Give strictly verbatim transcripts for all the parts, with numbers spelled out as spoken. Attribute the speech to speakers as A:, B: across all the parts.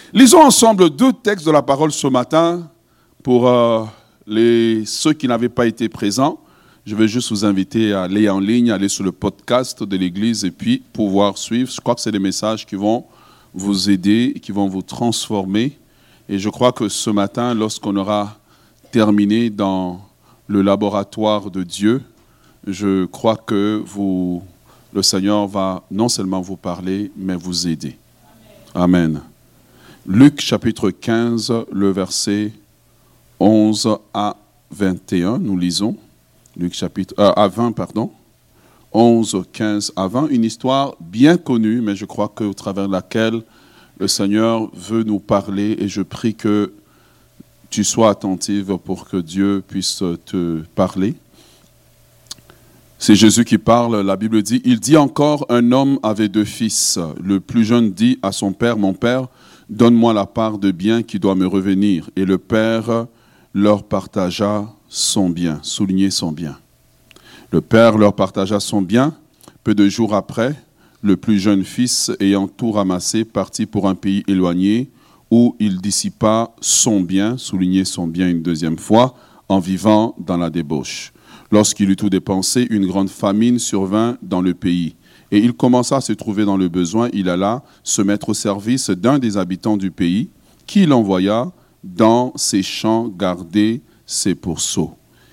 A: Lisons ensemble deux textes de la parole ce matin pour euh, les, ceux qui n'avaient pas été présents. Je vais juste vous inviter à aller en ligne, à aller sur le podcast de l'Église et puis pouvoir suivre. Je crois que c'est des messages qui vont vous aider et qui vont vous transformer. Et je crois que ce matin, lorsqu'on aura terminé dans le laboratoire de Dieu, je crois que vous, le Seigneur va non seulement vous parler, mais vous aider. Amen. Luc chapitre quinze, le verset onze à vingt et un, nous lisons. Luc chapitre, euh, à vingt, pardon. onze, quinze à vingt, une histoire bien connue, mais je crois qu'au travers de laquelle le Seigneur veut nous parler et je prie que tu sois attentive pour que Dieu puisse te parler. C'est Jésus qui parle, la Bible dit, « Il dit encore, un homme avait deux fils. Le plus jeune dit à son père, « Mon père, donne-moi la part de bien qui doit me revenir. » Et le père leur partagea son bien, soulignez son bien. Le père leur partagea son bien. Peu de jours après, le plus jeune fils, ayant tout ramassé, partit pour un pays éloigné où il dissipa son bien, soulignez son bien une deuxième fois, en vivant dans la débauche. Lorsqu'il eut tout dépensé, une grande famine survint dans le pays. Et il commença à se trouver dans le besoin. Il alla se mettre au service d'un des habitants du pays, qui l'envoya dans ses champs garder ses pourceaux.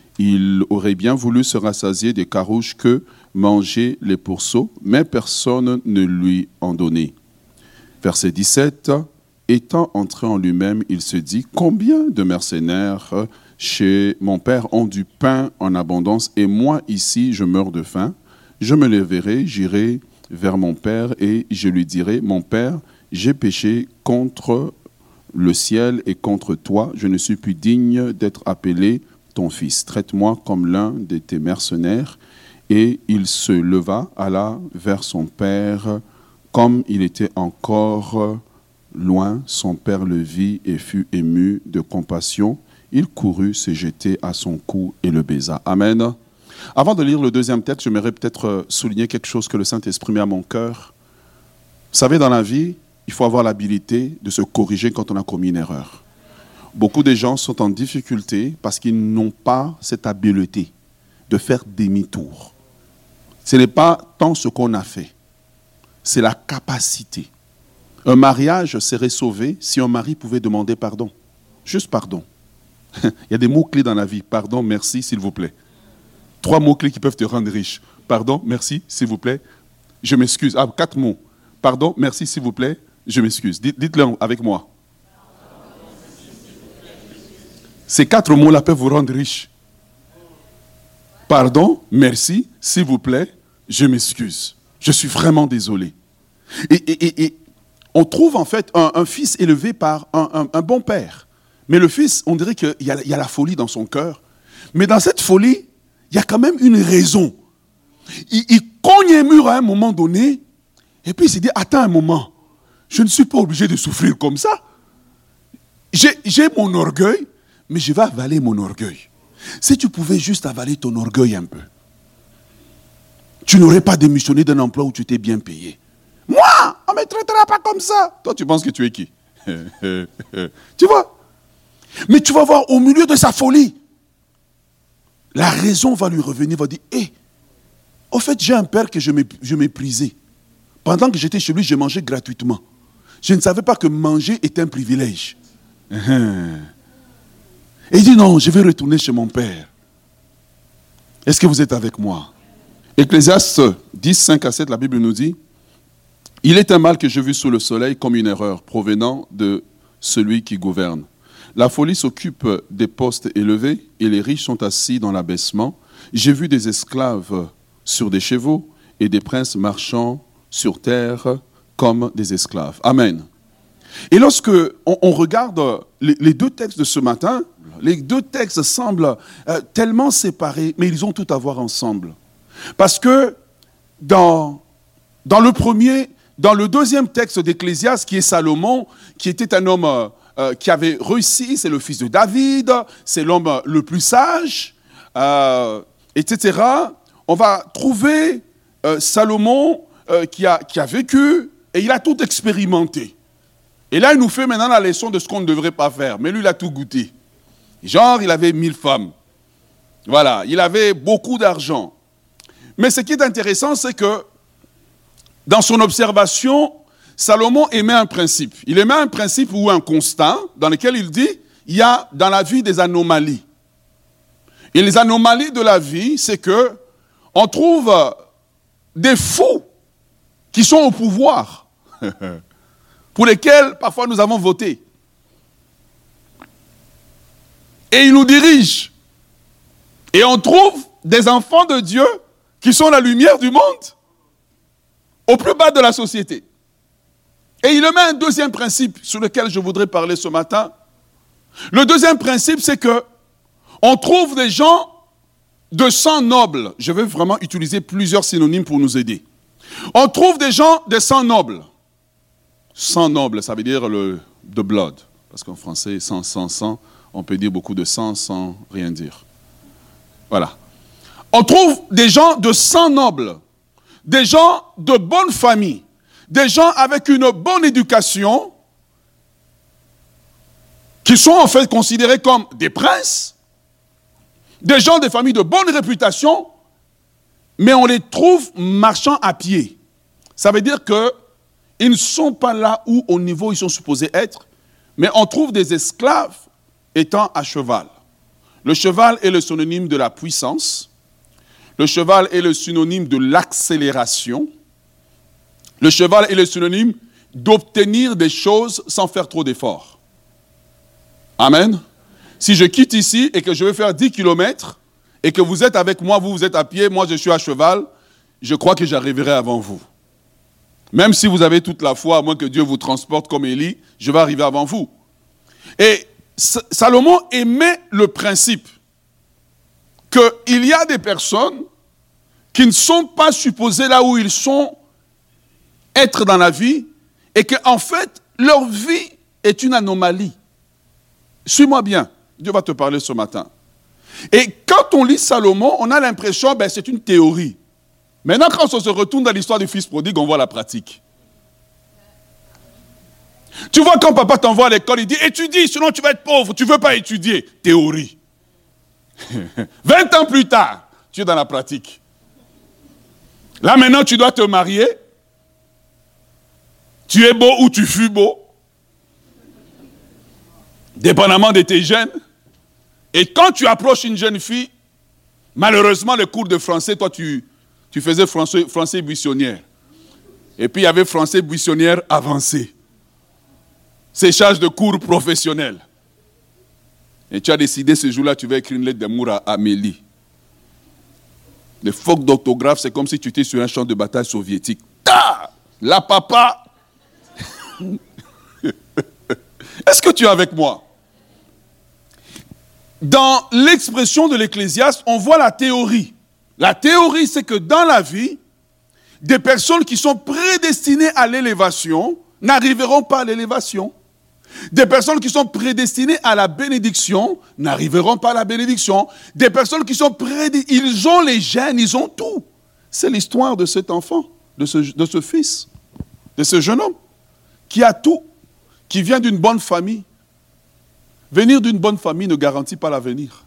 A: Il aurait bien voulu se rassasier des carouches que mangeaient les pourceaux, mais personne ne lui en donnait. Verset dix-sept, étant entré en lui-même, il se dit, combien de mercenaires chez mon père ont du pain en abondance, et moi ici je meurs de faim. Je me lèverai, j'irai vers mon père, et je lui dirai, mon père, j'ai péché contre le ciel et contre toi, je ne suis plus digne d'être appelé ton fils. Traite-moi comme l'un de tes mercenaires. Et il se leva, alla vers son père, comme il était encore loin, son père le vit et fut ému de compassion. Il courut se jeter à son cou et le baisa. Amen. Avant de lire le deuxième texte, j'aimerais peut-être souligner quelque chose que le Saint-Esprit met à mon cœur. Vous savez, dans la vie, il faut avoir l'habilité de se corriger quand on a commis une erreur. Beaucoup de gens sont en difficulté parce qu'ils n'ont pas cette habileté de faire demi-tour. Ce n'est pas tant ce qu'on a fait, c'est la capacité. Un mariage serait sauvé si un mari pouvait demander pardon. Juste pardon. Il y a des mots-clés dans la vie. Pardon, merci, s'il vous plaît. Trois mots-clés qui peuvent te rendre riche. Pardon, merci, s'il vous plaît. Je m'excuse. Ah, quatre mots. Pardon, merci, s'il vous plaît. Je m'excuse. Dites, dites-le avec moi. Ces quatre mots-là peuvent vous rendre riche. Pardon, merci, s'il vous plaît, je m'excuse. Je suis vraiment désolé. Et, et, et, et on trouve en fait un, un fils élevé par un, un, un bon père. Mais le fils, on dirait qu'il y a, il y a la folie dans son cœur. Mais dans cette folie, il y a quand même une raison. Il, il cogne un mur à un moment donné, et puis il s'est dit, attends un moment, je ne suis pas obligé de souffrir comme ça. J'ai, j'ai mon orgueil, mais je vais avaler mon orgueil. Si tu pouvais juste avaler ton orgueil un peu, tu n'aurais pas démissionné d'un emploi où tu t'es bien payé. Moi, on ne me traitera pas comme ça. Toi, tu penses que tu es qui? Tu vois? Mais tu vas voir, au milieu de sa folie, la raison va lui revenir, va dire, hé, hey, au fait, j'ai un père que je méprisais. Pendant que j'étais chez lui, je mangeais gratuitement. Je ne savais pas que manger est un privilège. Et il dit, non, je vais retourner chez mon père. Est-ce que vous êtes avec moi? Ecclésiaste dix, cinq à sept, la Bible nous dit, « Il est un mal que j'ai vu sous le soleil comme une erreur provenant de celui qui gouverne. La folie s'occupe des postes élevés et les riches sont assis dans l'abaissement. J'ai vu des esclaves sur des chevaux et des princes marchant sur terre comme des esclaves. » Amen. Et lorsque on, on regarde les, les deux textes de ce matin, les deux textes semblent euh, tellement séparés, mais ils ont tout à voir ensemble. Parce que dans, dans le premier, dans le deuxième texte d'Ecclésiaste, qui est Salomon, qui était un homme euh, qui avait réussi, c'est le fils de David, c'est l'homme le plus sage, euh, et cetera, on va trouver euh, Salomon euh, qui, a, qui a vécu et il a tout expérimenté. Et là, il nous fait maintenant la leçon de ce qu'on ne devrait pas faire. Mais lui, il a tout goûté. Genre, il avait mille femmes. Voilà, il avait beaucoup d'argent. Mais ce qui est intéressant, c'est que dans son observation, Salomon émet un principe. Il émet un principe ou un constat dans lequel il dit, il y a dans la vie des anomalies. Et les anomalies de la vie, c'est que on trouve des fous qui sont au pouvoir, pour lesquels parfois nous avons voté. Et ils nous dirigent. Et on trouve des enfants de Dieu qui sont la lumière du monde, au plus bas de la société. Et il met un deuxième principe sur lequel je voudrais parler ce matin. Le deuxième principe, c'est que on trouve des gens de sang noble. Je vais vraiment utiliser plusieurs synonymes pour nous aider. On trouve des gens de sang noble. Sang noble, ça veut dire le de blood. Parce qu'en français, sang, sang, sang, on peut dire beaucoup de sang sans rien dire. Voilà. On trouve des gens de sang noble, des gens de bonne famille, des gens avec une bonne éducation, qui sont en fait considérés comme des princes, des gens de familles de bonne réputation, mais on les trouve marchant à pied. Ça veut dire qu'ils ne sont pas là où, au niveau où ils sont supposés être, mais on trouve des esclaves étant à cheval. Le cheval est le synonyme de la puissance. Le cheval est le synonyme de l'accélération. Le cheval est le synonyme d'obtenir des choses sans faire trop d'efforts. Amen. Si je quitte ici et que je vais faire dix kilomètres et que vous êtes avec moi, vous, vous êtes à pied, moi je suis à cheval, je crois que j'arriverai avant vous. Même si vous avez toute la foi, à moins que Dieu vous transporte comme Élie, je vais arriver avant vous. Et Salomon émet le principe qu'il y a des personnes qui ne sont pas supposées là où ils sont être dans la vie et qu'en fait, leur vie est une anomalie. Suis-moi bien, Dieu va te parler ce matin. Et quand on lit Salomon, on a l'impression que ben, c'est une théorie. Maintenant, quand on se retourne dans l'histoire du fils prodigue, on voit la pratique. Tu vois, quand papa t'envoie à l'école, il dit « Étudie, sinon tu vas être pauvre, tu ne veux pas étudier. » Théorie. vingt ans plus tard, tu es dans la pratique. Là, maintenant, tu dois te marier. Tu es beau ou tu fus beau. Dépendamment de tes gènes. Et quand tu approches une jeune fille, malheureusement, le cours de français, toi, tu, tu faisais français, français buissonnière. Et puis, il y avait français buissonnière avancé. Séchage de cours professionnel. Et tu as décidé ce jour-là, tu vas écrire une lettre d'amour à Amélie. Les fautes d'orthographe, c'est comme si tu étais sur un champ de bataille soviétique. Ta! La papa! Est-ce que tu es avec moi? Dans l'expression de l'Ecclésiaste, on voit la théorie. La théorie, c'est que dans la vie, des personnes qui sont prédestinées à l'élévation n'arriveront pas à l'élévation. Des personnes qui sont prédestinées à la bénédiction n'arriveront pas à la bénédiction. Des personnes qui sont prédestinées, ils ont les gènes, ils ont tout. C'est l'histoire de cet enfant, de ce, de ce fils, de ce jeune homme, qui a tout, qui vient d'une bonne famille. Venir d'une bonne famille ne garantit pas l'avenir.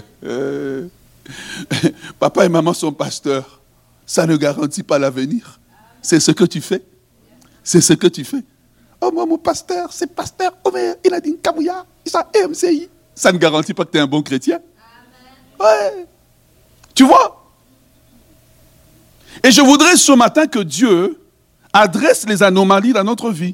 A: Papa et maman sont pasteurs. Ça ne garantit pas l'avenir. C'est ce que tu fais. C'est ce que tu fais. Oh, moi, mon pasteur, c'est pasteur Omer, il a dit Kabouya, il s'est M C I. Ça ne garantit pas que tu es un bon chrétien. Ouais. Tu vois? Et je voudrais ce matin que Dieu adresse les anomalies dans notre vie.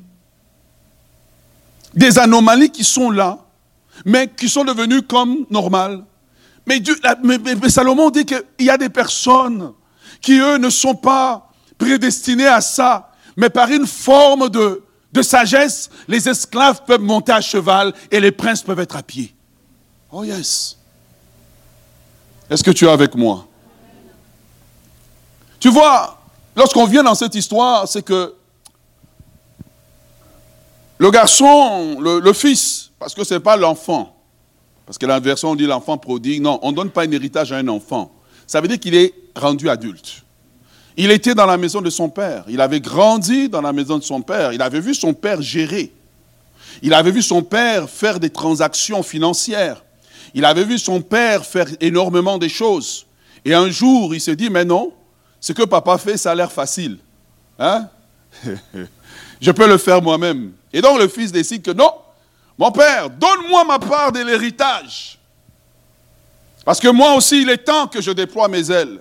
A: Des anomalies qui sont là, mais qui sont devenues comme normales. Mais, Dieu, mais, mais, mais Salomon dit qu'il y a des personnes qui, eux, ne sont pas prédestinées à ça, mais par une forme de, de sagesse, les esclaves peuvent monter à cheval et les princes peuvent être à pied. Oh yes. Est-ce que tu es avec moi? Tu vois, lorsqu'on vient dans cette histoire, c'est que le garçon, le, le fils, parce que ce n'est pas l'enfant, parce que la version on dit l'enfant prodigue, non, on ne donne pas un héritage à un enfant. Ça veut dire qu'il est rendu adulte. Il était dans la maison de son père, il avait grandi dans la maison de son père, il avait vu son père gérer Il avait vu son père faire des transactions financières. Il avait vu son père faire énormément de choses. Et un jour, il s'est dit, mais non, ce que papa fait, ça a l'air facile. Hein? Je peux le faire moi-même. Et donc le fils décide que non, mon père, donne-moi ma part de l'héritage. Parce que moi aussi, il est temps que je déploie mes ailes.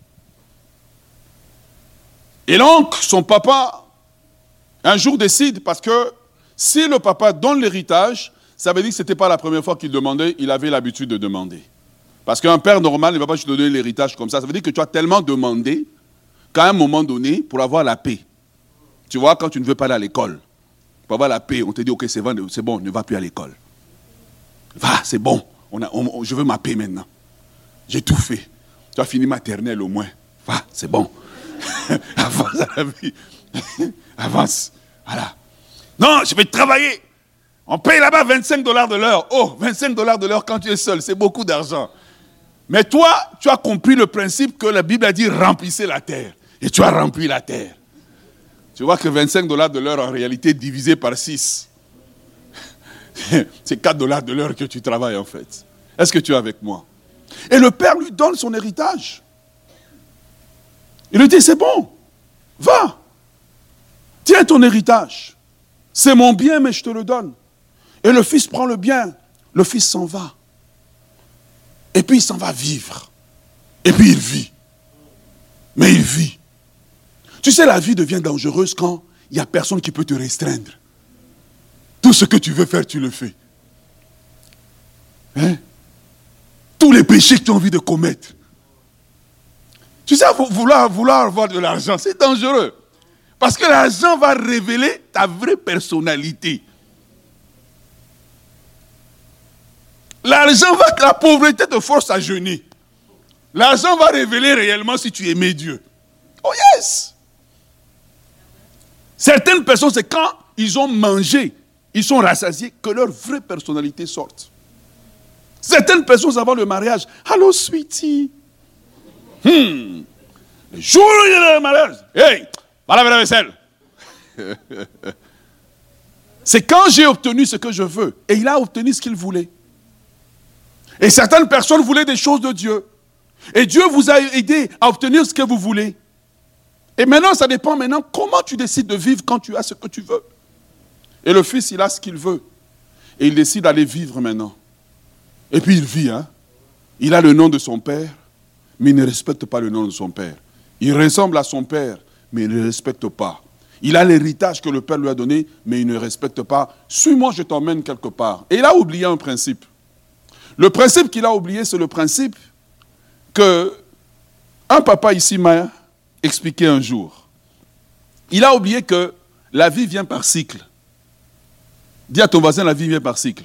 A: Et donc, son papa, un jour décide, parce que si le papa donne l'héritage, ça veut dire que ce n'était pas la première fois qu'il demandait, il avait l'habitude de demander. Parce qu'un père normal ne va pas te donner l'héritage comme ça. Ça veut dire que tu as tellement demandé qu'à un moment donné, pour avoir la paix, tu vois, quand tu ne veux pas aller à l'école, pour avoir la paix, on te dit, ok, c'est bon, c'est bon, ne va plus à l'école. Va, c'est bon, on a, on, je veux ma paix maintenant. J'ai tout fait. Tu as fini maternelle au moins. Va, c'est bon. Avance à la vie. Avance. Voilà. Non, je vais travailler. On paye là-bas vingt-cinq dollars de l'heure. Oh, vingt-cinq dollars de l'heure quand tu es seul, c'est beaucoup d'argent. Mais toi, tu as compris le principe que la Bible a dit remplissez la terre. Et tu as rempli la terre. Tu vois que vingt-cinq dollars de l'heure en réalité divisé par six. C'est quatre dollars de l'heure que tu travailles en fait. Est-ce que tu es avec moi? Et le père lui donne son héritage. Il lui dit, c'est bon, va, tiens ton héritage. C'est mon bien, mais je te le donne. Et le fils prend le bien, le fils s'en va. Et puis il s'en va vivre. Et puis il vit. Mais il vit. Tu sais, la vie devient dangereuse quand il n'y a personne qui peut te restreindre. Tout ce que tu veux faire, tu le fais. Hein? Tous les péchés que tu as envie de commettre. Tu sais, vouloir, vouloir avoir de l'argent, c'est dangereux. Parce que l'argent va révéler ta vraie personnalité. L'argent va, la pauvreté te force à jeûner. L'argent va révéler réellement si tu aimais Dieu. Oh yes! Certaines personnes, c'est quand ils ont mangé, ils sont rassasiés, que leur vraie personnalité sorte. Certaines personnes avant le mariage, allô sweetie. Hmm. Le jour où il y a le mariage, hey, va laver la vaisselle. C'est quand j'ai obtenu ce que je veux. Et il a obtenu ce qu'il voulait. Et certaines personnes voulaient des choses de Dieu. Et Dieu vous a aidé à obtenir ce que vous voulez. Et maintenant, ça dépend maintenant comment tu décides de vivre quand tu as ce que tu veux. Et le fils, il a ce qu'il veut. Et il décide d'aller vivre maintenant. Et puis il vit, hein. Il a le nom de son père, mais il ne respecte pas le nom de son père. Il ressemble à son père, mais il ne le respecte pas. Il a l'héritage que le père lui a donné, mais il ne respecte pas. Suis-moi, je t'emmène quelque part. Et il a oublié un principe. Le principe qu'il a oublié, c'est le principe que un papa ici m'a expliqué un jour. Il a oublié que la vie vient par cycle. Dis à ton voisin, la vie vient par cycle.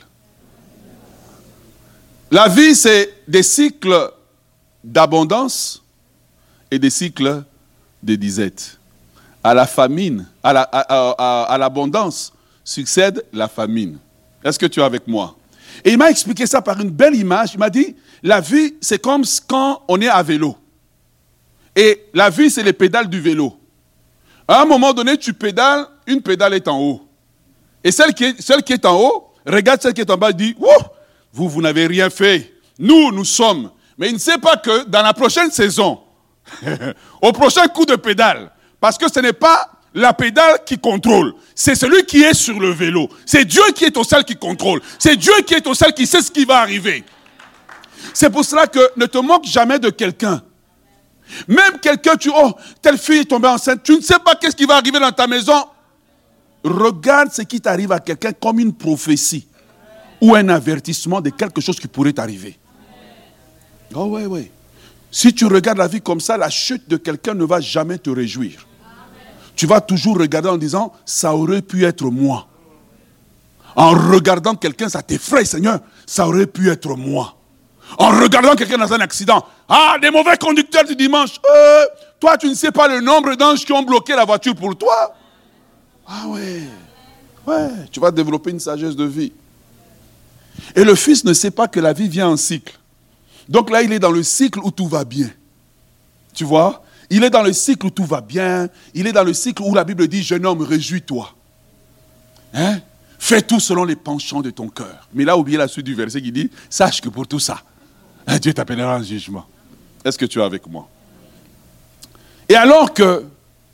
A: La vie, c'est des cycles d'abondance et des cycles de disette. À la famine, à, la, à, à, à l'abondance succède la famine. Est-ce que tu es avec moi? Et il m'a expliqué ça par une belle image. Il m'a dit, la vie, c'est comme quand on est à vélo. Et la vie, c'est les pédales du vélo. À un moment donné, tu pédales, une pédale est en haut. Et celle qui est, celle qui est en haut, regarde celle qui est en bas et dit, wouh, vous, vous n'avez rien fait. Nous, nous sommes. Mais il ne sait pas que dans la prochaine saison, au prochain coup de pédale, parce que ce n'est pas la pédale qui contrôle, c'est celui qui est sur le vélo. C'est Dieu qui est au ciel qui contrôle. C'est Dieu qui est au ciel qui sait ce qui va arriver. C'est pour cela que ne te moque jamais de quelqu'un. Même quelqu'un, tu oh, telle fille est tombée enceinte, tu ne sais pas qu'est-ce qui va arriver dans ta maison. Regarde ce qui t'arrive à quelqu'un comme une prophétie ou un avertissement de quelque chose qui pourrait t'arriver. Oh ouais, ouais. Si tu regardes la vie comme ça, la chute de quelqu'un ne va jamais te réjouir. Tu vas toujours regarder en disant, ça aurait pu être moi. En regardant quelqu'un, ça t'effraie, Seigneur, ça aurait pu être moi. En regardant quelqu'un dans un accident, ah, des mauvais conducteurs du dimanche, euh, toi tu ne sais pas le nombre d'anges qui ont bloqué la voiture pour toi. Ah ouais, ouais, tu vas développer une sagesse de vie. Et le fils ne sait pas que la vie vient en cycle. Donc là, il est dans le cycle où tout va bien. Tu vois? Il est dans le cycle où tout va bien. Il est dans le cycle où la Bible dit, jeune homme, réjouis-toi. Hein? Fais tout selon les penchants de ton cœur. Mais il a oublié la suite du verset qui dit, sache que pour tout ça, Dieu t'appellera en jugement. Est-ce que tu es avec moi? Et alors que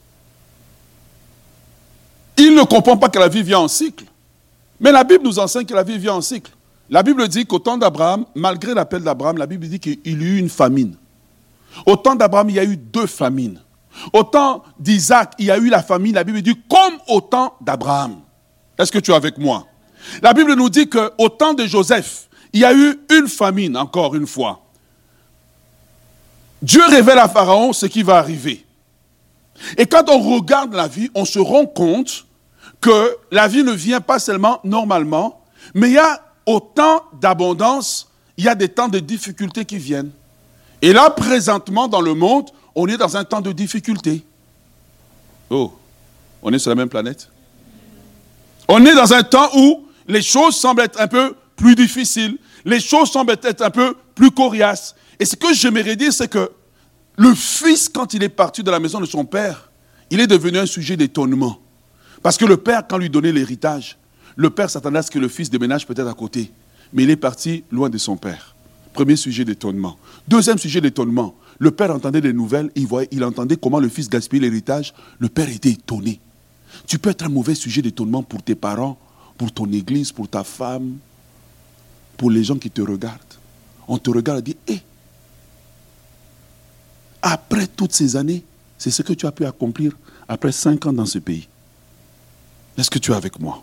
A: il ne comprend pas que la vie vient en cycle. Mais la Bible nous enseigne que la vie vient en cycle. La Bible dit qu'au temps d'Abraham, malgré l'appel d'Abraham, la Bible dit qu'il y a eu une famine. Au temps d'Abraham, il y a eu deux famines. Au temps d'Isaac, il y a eu la famine. La Bible dit comme au temps d'Abraham. Est-ce que tu es avec moi? La Bible nous dit qu'au temps de Joseph, il y a eu une famine, encore une fois. Dieu révèle à Pharaon ce qui va arriver. Et quand on regarde la vie, on se rend compte que la vie ne vient pas seulement normalement, mais il y a au temps d'abondance, il y a des temps de difficultés qui viennent. Et là, présentement, dans le monde, on est dans un temps de difficulté. Oh, on est sur la même planète? On est dans un temps où les choses semblent être un peu plus difficiles, les choses semblent être un peu plus coriaces. Et ce que j'aimerais dire, c'est que le fils, quand il est parti de la maison de son père, il est devenu un sujet d'étonnement. Parce que le père, quand lui donnait l'héritage, le père s'attendait à ce que le fils déménage peut-être à côté. Mais il est parti loin de son père. Premier sujet d'étonnement. Deuxième sujet d'étonnement. Le père entendait des nouvelles, il, voyait, il entendait comment le fils gaspillait l'héritage. Le père était étonné. Tu peux être un mauvais sujet d'étonnement pour tes parents, pour ton église, pour ta femme, pour les gens qui te regardent. On te regarde et dit, hé, hey, après toutes ces années, c'est ce que tu as pu accomplir après cinq ans dans ce pays. Est-ce que tu es avec moi?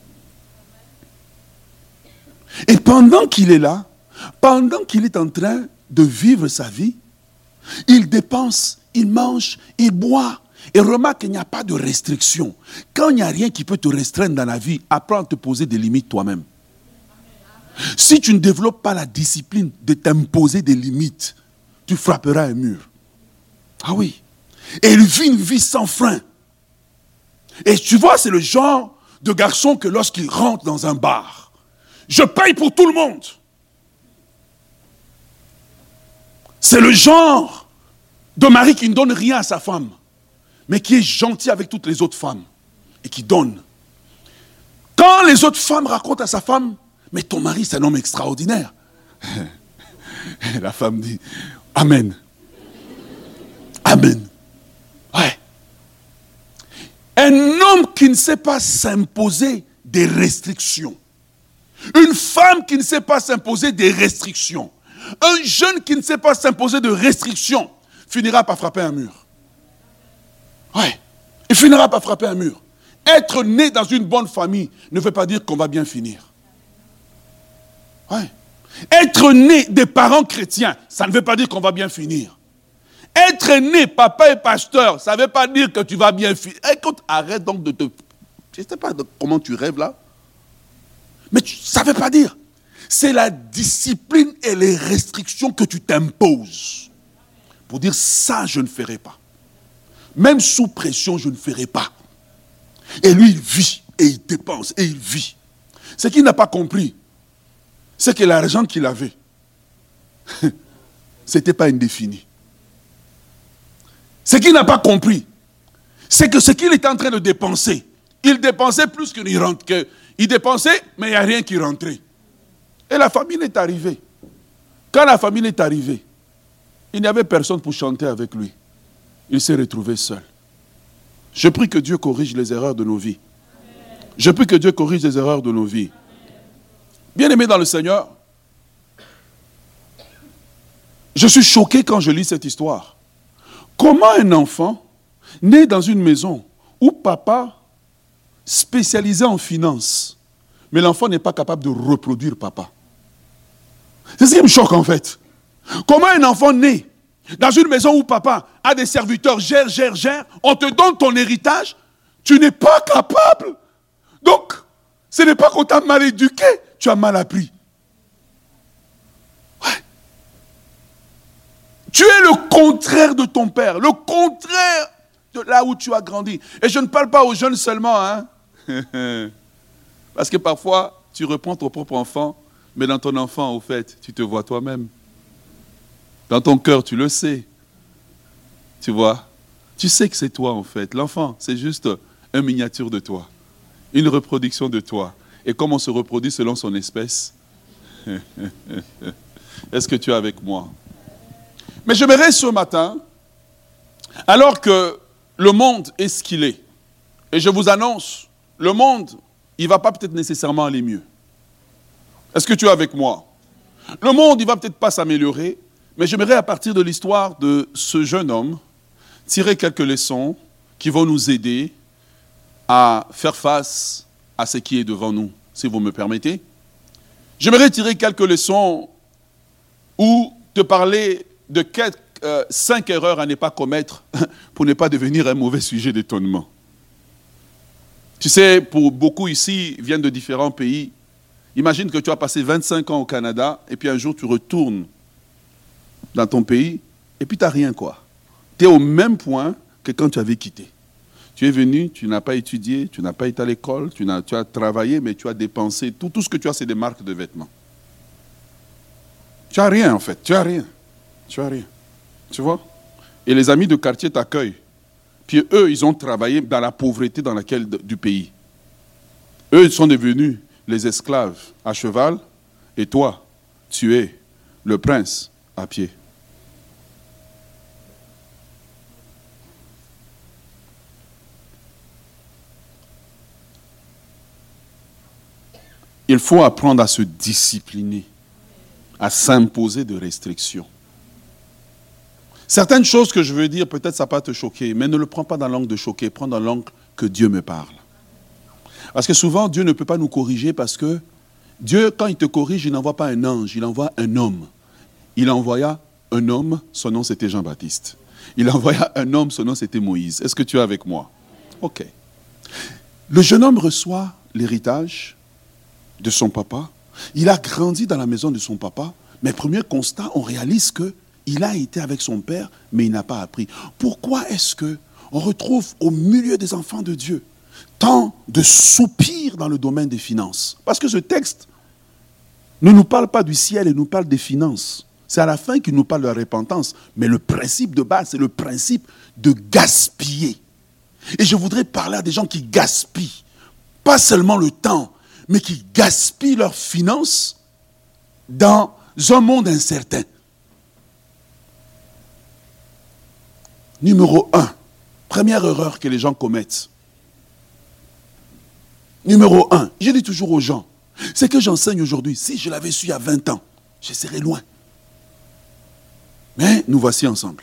A: Et pendant qu'il est là, pendant qu'il est en train de vivre sa vie, il dépense, il mange, il boit. Et remarque qu'il n'y a pas de restriction. Quand il n'y a rien qui peut te restreindre dans la vie, apprends à te poser des limites toi-même. Si tu ne développes pas la discipline de t'imposer des limites, tu frapperas un mur. Ah oui. Et il vit une vie sans frein. Et tu vois, c'est le genre de garçon que lorsqu'il rentre dans un bar, je paye pour tout le monde. C'est le genre de mari qui ne donne rien à sa femme, mais qui est gentil avec toutes les autres femmes et qui donne. Quand les autres femmes racontent à sa femme, mais ton mari c'est un homme extraordinaire. La femme dit, Amen. Amen. Ouais. Un homme qui ne sait pas s'imposer des restrictions. Une femme qui ne sait pas s'imposer des restrictions. Un jeune qui ne sait pas s'imposer de restrictions finira par frapper un mur. Ouais. Il finira par frapper un mur. Être né dans une bonne famille ne veut pas dire qu'on va bien finir. Ouais. Être né des parents chrétiens, ça ne veut pas dire qu'on va bien finir. Être né papa et pasteur, ça ne veut pas dire que tu vas bien finir. Écoute, arrête donc de te... Je ne sais pas comment tu rêves là. Mais tu... ça ne veut pas dire. C'est la discipline et les restrictions que tu t'imposes. Pour dire ça, je ne ferai pas. Même sous pression, je ne ferai pas. Et lui, il vit, et il dépense, et il vit. Ce qu'il n'a pas compris, c'est que l'argent qu'il avait, ce n'était pas indéfini. Ce qu'il n'a pas compris, c'est que ce qu'il était en train de dépenser, il dépensait plus qu'il rentrait. Il dépensait, mais il n'y a rien qui rentrait. Et la famine est arrivée. Quand la famine est arrivée, il n'y avait personne pour chanter avec lui. Il s'est retrouvé seul. Je prie que Dieu corrige les erreurs de nos vies. Je prie que Dieu corrige les erreurs de nos vies. Bien-aimés dans le Seigneur, je suis choqué quand je lis cette histoire. Comment un enfant né dans une maison où papa spécialisé en finance, mais l'enfant n'est pas capable de reproduire papa. C'est ce qui me choque en fait. Comment un enfant né dans une maison où papa a des serviteurs, gère, gère, gère, on te donne ton héritage, tu n'es pas capable. Donc, ce n'est pas qu'on t'a mal éduqué, tu as mal appris. Ouais. Tu es le contraire de ton père, le contraire de là où tu as grandi. Et je ne parle pas aux jeunes seulement, hein. Parce que parfois, tu reprends ton propre enfant, mais dans ton enfant, au fait, tu te vois toi-même. Dans ton cœur, tu le sais. Tu vois, tu sais que c'est toi, en fait. L'enfant, c'est juste une miniature de toi, une reproduction de toi. Et comme on se reproduit selon son espèce, est-ce que tu es avec moi? Mais j'aimerais ce matin, alors que le monde est ce qu'il est, et je vous annonce, le monde, il ne va pas peut-être nécessairement aller mieux. Est-ce que tu es avec moi? Le monde, il ne va peut-être pas s'améliorer, mais j'aimerais à partir de l'histoire de ce jeune homme, tirer quelques leçons qui vont nous aider à faire face à ce qui est devant nous, si vous me permettez. J'aimerais tirer quelques leçons ou te parler de quelques, euh, cinq erreurs à ne pas commettre pour ne pas devenir un mauvais sujet d'étonnement. Tu sais, pour beaucoup ici, viennent de différents pays. Imagine que tu as passé vingt-cinq ans au Canada et puis un jour tu retournes dans ton pays et puis tu n'as rien quoi. Tu es au même point que quand tu avais quitté. Tu es venu, tu n'as pas étudié, tu n'as pas été à l'école, tu, n'as, tu as travaillé, mais tu as dépensé. Tout, tout ce que tu as, c'est des marques de vêtements. Tu n'as rien en fait, tu n'as rien. Tu n'as rien. Tu vois? Et les amis de quartier t'accueillent. Puis eux, ils ont travaillé dans la pauvreté dans laquelle du pays. Eux, ils sont devenus les esclaves à cheval, et toi, tu es le prince à pied. Il faut apprendre à se discipliner, à s'imposer de restrictions. Certaines choses que je veux dire, peut-être ça va pas te choquer, mais ne le prends pas dans l'angle de choquer, prends dans l'angle que Dieu me parle. Parce que souvent, Dieu ne peut pas nous corriger parce que Dieu, quand il te corrige, il n'envoie pas un ange, il envoie un homme. Il envoya un homme, son nom c'était Jean-Baptiste. Il envoya un homme, son nom c'était Moïse. Est-ce que tu es avec moi? Ok. Le jeune homme reçoit l'héritage de son papa. Il a grandi dans la maison de son papa. Mais premier constat, on réalise qu'il a été avec son père, mais il n'a pas appris. Pourquoi est-ce qu'on retrouve au milieu des enfants de Dieu tant de soupirs dans le domaine des finances? Parce que ce texte ne nous parle pas du ciel, il nous parle des finances. C'est à la fin qu'il nous parle de la repentance. Mais le principe de base, c'est le principe de gaspiller. Et je voudrais parler à des gens qui gaspillent. Pas seulement le temps, mais qui gaspillent leurs finances dans un monde incertain. Numéro un, première erreur que les gens commettent. Numéro un, je dis toujours aux gens, ce que j'enseigne aujourd'hui, si je l'avais su il y a vingt ans, je serais loin. Mais nous voici ensemble.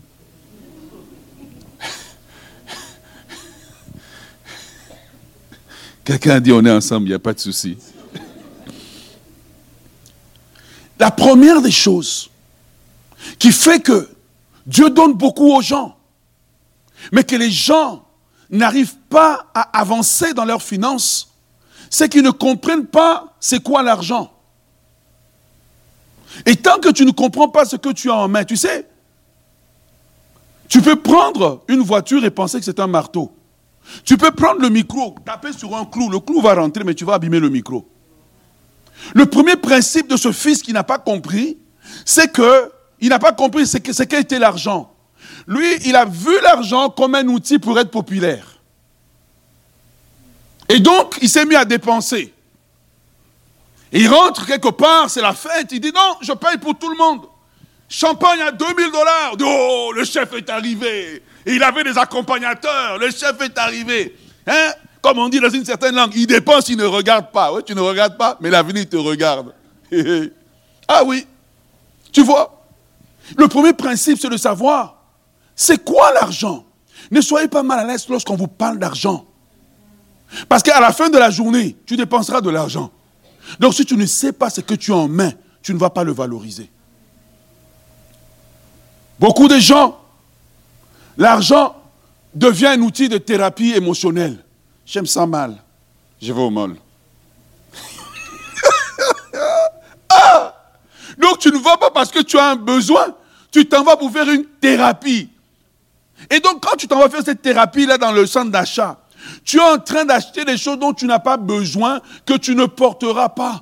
A: Quelqu'un a dit on est ensemble, il n'y a pas de souci. La première des choses qui fait que Dieu donne beaucoup aux gens, mais que les gens n'arrivent pas à avancer dans leurs finances, c'est qu'ils ne comprennent pas c'est quoi l'argent. Et tant que tu ne comprends pas ce que tu as en main, tu sais, tu peux prendre une voiture et penser que c'est un marteau. Tu peux prendre le micro, taper sur un clou, le clou va rentrer, mais tu vas abîmer le micro. Le premier principe de ce fils qui n'a pas compris, c'est que il n'a pas compris ce qu'était l'argent. Lui, il a vu l'argent comme un outil pour être populaire. Et donc, il s'est mis à dépenser. Et il rentre quelque part, c'est la fête, il dit non, je paye pour tout le monde. Champagne à deux mille dollars. Oh, le chef est arrivé. Et il avait des accompagnateurs. Le chef est arrivé. Hein? Comme on dit dans une certaine langue, il dépense, il ne regarde pas. Ouais, tu ne regardes pas, mais l'avenir te regarde. Ah oui, tu vois. Le premier principe, c'est de savoir, c'est quoi l'argent? Ne soyez pas mal à l'aise lorsqu'on vous parle d'argent. Parce qu'à la fin de la journée, tu dépenseras de l'argent. Donc si tu ne sais pas ce que tu as en main, tu ne vas pas le valoriser. Beaucoup de gens, l'argent devient un outil de thérapie émotionnelle. J'aime ça mal, je vais au mall. Ah! Donc tu ne vas pas parce que tu as un besoin, tu t'en vas pour faire une thérapie. Et donc quand tu t'en vas faire cette thérapie-là dans le centre d'achat, tu es en train d'acheter des choses dont tu n'as pas besoin, que tu ne porteras pas.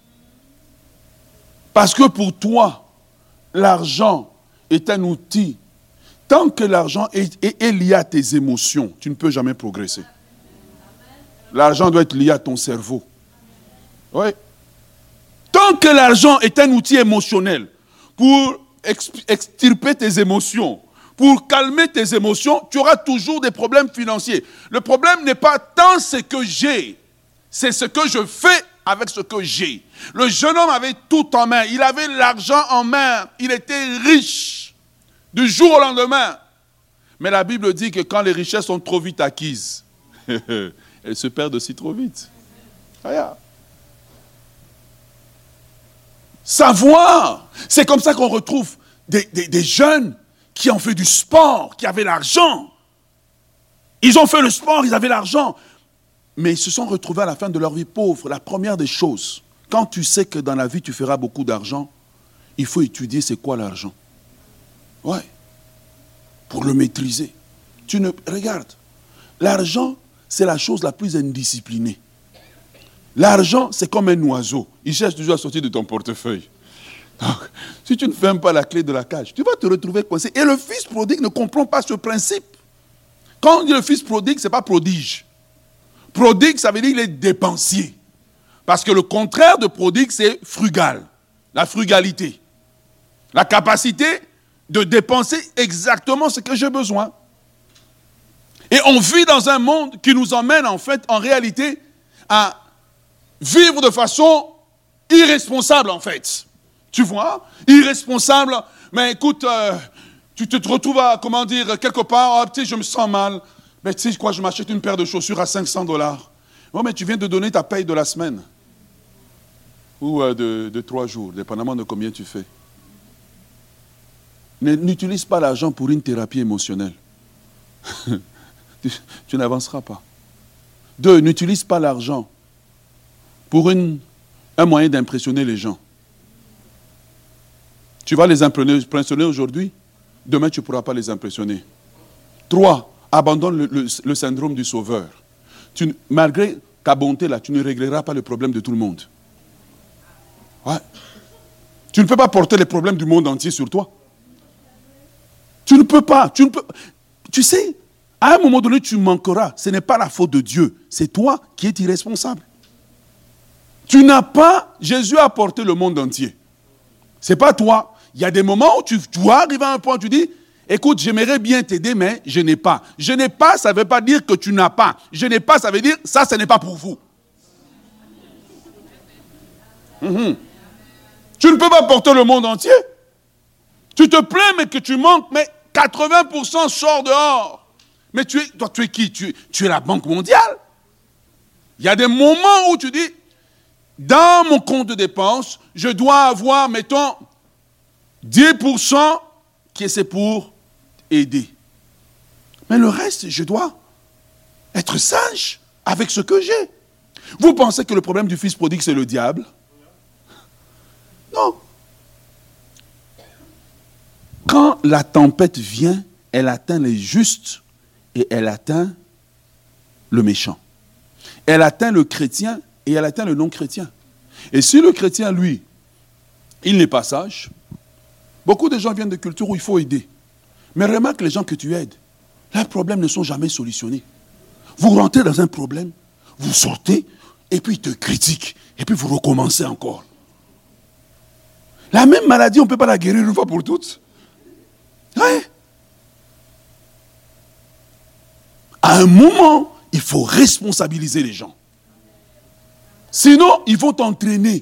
A: Parce que pour toi, l'argent est un outil. Tant que l'argent est, est, est lié à tes émotions, tu ne peux jamais progresser. L'argent doit être lié à ton cerveau. Oui. Tant que l'argent est un outil émotionnel pour extirper tes émotions, pour calmer tes émotions, tu auras toujours des problèmes financiers. Le problème n'est pas tant ce que j'ai, c'est ce que je fais avec ce que j'ai. Le jeune homme avait tout en main, il avait l'argent en main, il était riche du jour au lendemain. Mais la Bible dit que quand les richesses sont trop vite acquises, elles se perdent aussi trop vite. Regarde. Savoir, c'est comme ça qu'on retrouve des, des, des jeunes qui ont fait du sport, qui avaient l'argent. Ils ont fait le sport, ils avaient l'argent. Mais ils se sont retrouvés à la fin de leur vie pauvres. La première des choses, quand tu sais que dans la vie tu feras beaucoup d'argent, il faut étudier c'est quoi l'argent. Ouais. Pour le maîtriser. Tu ne, regarde, l'argent, c'est la chose la plus indisciplinée. L'argent, c'est comme un oiseau. Il cherche toujours à sortir de ton portefeuille. Donc, si tu ne fermes pas la clé de la cage, tu vas te retrouver coincé. Et le fils prodigue ne comprend pas ce principe. Quand on dit le fils prodigue, ce n'est pas prodige. Prodigue, ça veut dire qu'il est dépensier. Parce que le contraire de prodigue, c'est frugal. La frugalité. La capacité de dépenser exactement ce que j'ai besoin. Et on vit dans un monde qui nous emmène en fait, en réalité, à vivre de façon irresponsable en fait. Tu vois? Irresponsable. Mais écoute, euh, tu te retrouves à, comment dire, quelque part, oh, tu sais, je me sens mal. Mais tu sais quoi, je m'achète une paire de chaussures à cinq cents dollars. Oh, mais tu viens de donner ta paye de la semaine. Ou euh, de, de trois jours, dépendamment de combien tu fais. N'utilise pas l'argent pour une thérapie émotionnelle. tu, tu n'avanceras pas. Deux, n'utilise pas l'argent pour une, un moyen d'impressionner les gens. Tu vas les impressionner aujourd'hui, demain tu ne pourras pas les impressionner. Trois, abandonne le, le, le syndrome du sauveur. Tu, malgré ta bonté là, tu ne régleras pas le problème de tout le monde. Ouais. Tu ne peux pas porter les problèmes du monde entier sur toi. Tu ne peux pas. Tu ne peux. Tu sais, à un moment donné, tu manqueras. Ce n'est pas la faute de Dieu. C'est toi qui es irresponsable. Tu n'as pas... Jésus a porté le monde entier. Ce n'est pas toi. Il y a des moments où tu dois arriver à un point où tu dis, écoute, j'aimerais bien t'aider, mais je n'ai pas. Je n'ai pas, ça ne veut pas dire que tu n'as pas. Je n'ai pas, ça veut dire, ça, ce n'est pas pour vous. Mm-hmm. Tu ne peux pas porter le monde entier. Tu te plains, mais que tu manques, mais quatre-vingts pour cent sort dehors. Mais tu es, toi, tu es qui? tu, tu es la Banque mondiale. Il y a des moments où tu dis, dans mon compte de dépenses, je dois avoir, mettons, dix pour cent qui est pour aider. Mais le reste, je dois être sage avec ce que j'ai. Vous pensez que le problème du fils prodigue, c'est le diable? Non. Quand la tempête vient, elle atteint les justes et elle atteint le méchant. Elle atteint le chrétien et elle atteint le non-chrétien. Et si le chrétien, lui, il n'est pas sage, beaucoup de gens viennent de cultures où il faut aider. Mais remarque les gens que tu aides, leurs problèmes ne sont jamais solutionnés. Vous rentrez dans un problème, vous sortez, et puis ils te critiquent, et puis vous recommencez encore. La même maladie, on ne peut pas la guérir une fois pour toutes. Ouais. À un moment, il faut responsabiliser les gens. Sinon, ils vont t'entraîner.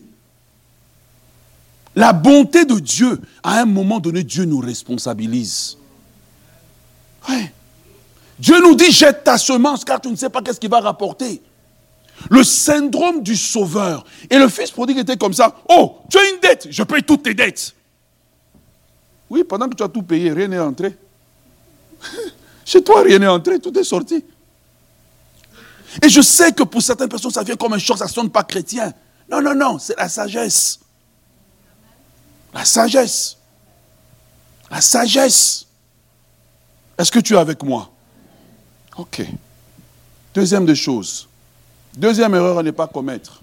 A: La bonté de Dieu, à un moment donné, Dieu nous responsabilise. Ouais. Dieu nous dit, jette ta semence, car tu ne sais pas qu'est-ce qu'il va rapporter. Le syndrome du sauveur. Et le fils prodigue était comme ça. Oh, tu as une dette, je paye toutes tes dettes. Oui, pendant que tu as tout payé, rien n'est entré. Chez toi, rien n'est entré, tout est sorti. Et je sais que pour certaines personnes, ça vient comme un choc, ça ne sonne pas chrétien. Non, non, non, c'est la sagesse. La sagesse. La sagesse. Est-ce que tu es avec moi? Ok. Deuxième des choses. Deuxième erreur à ne pas commettre.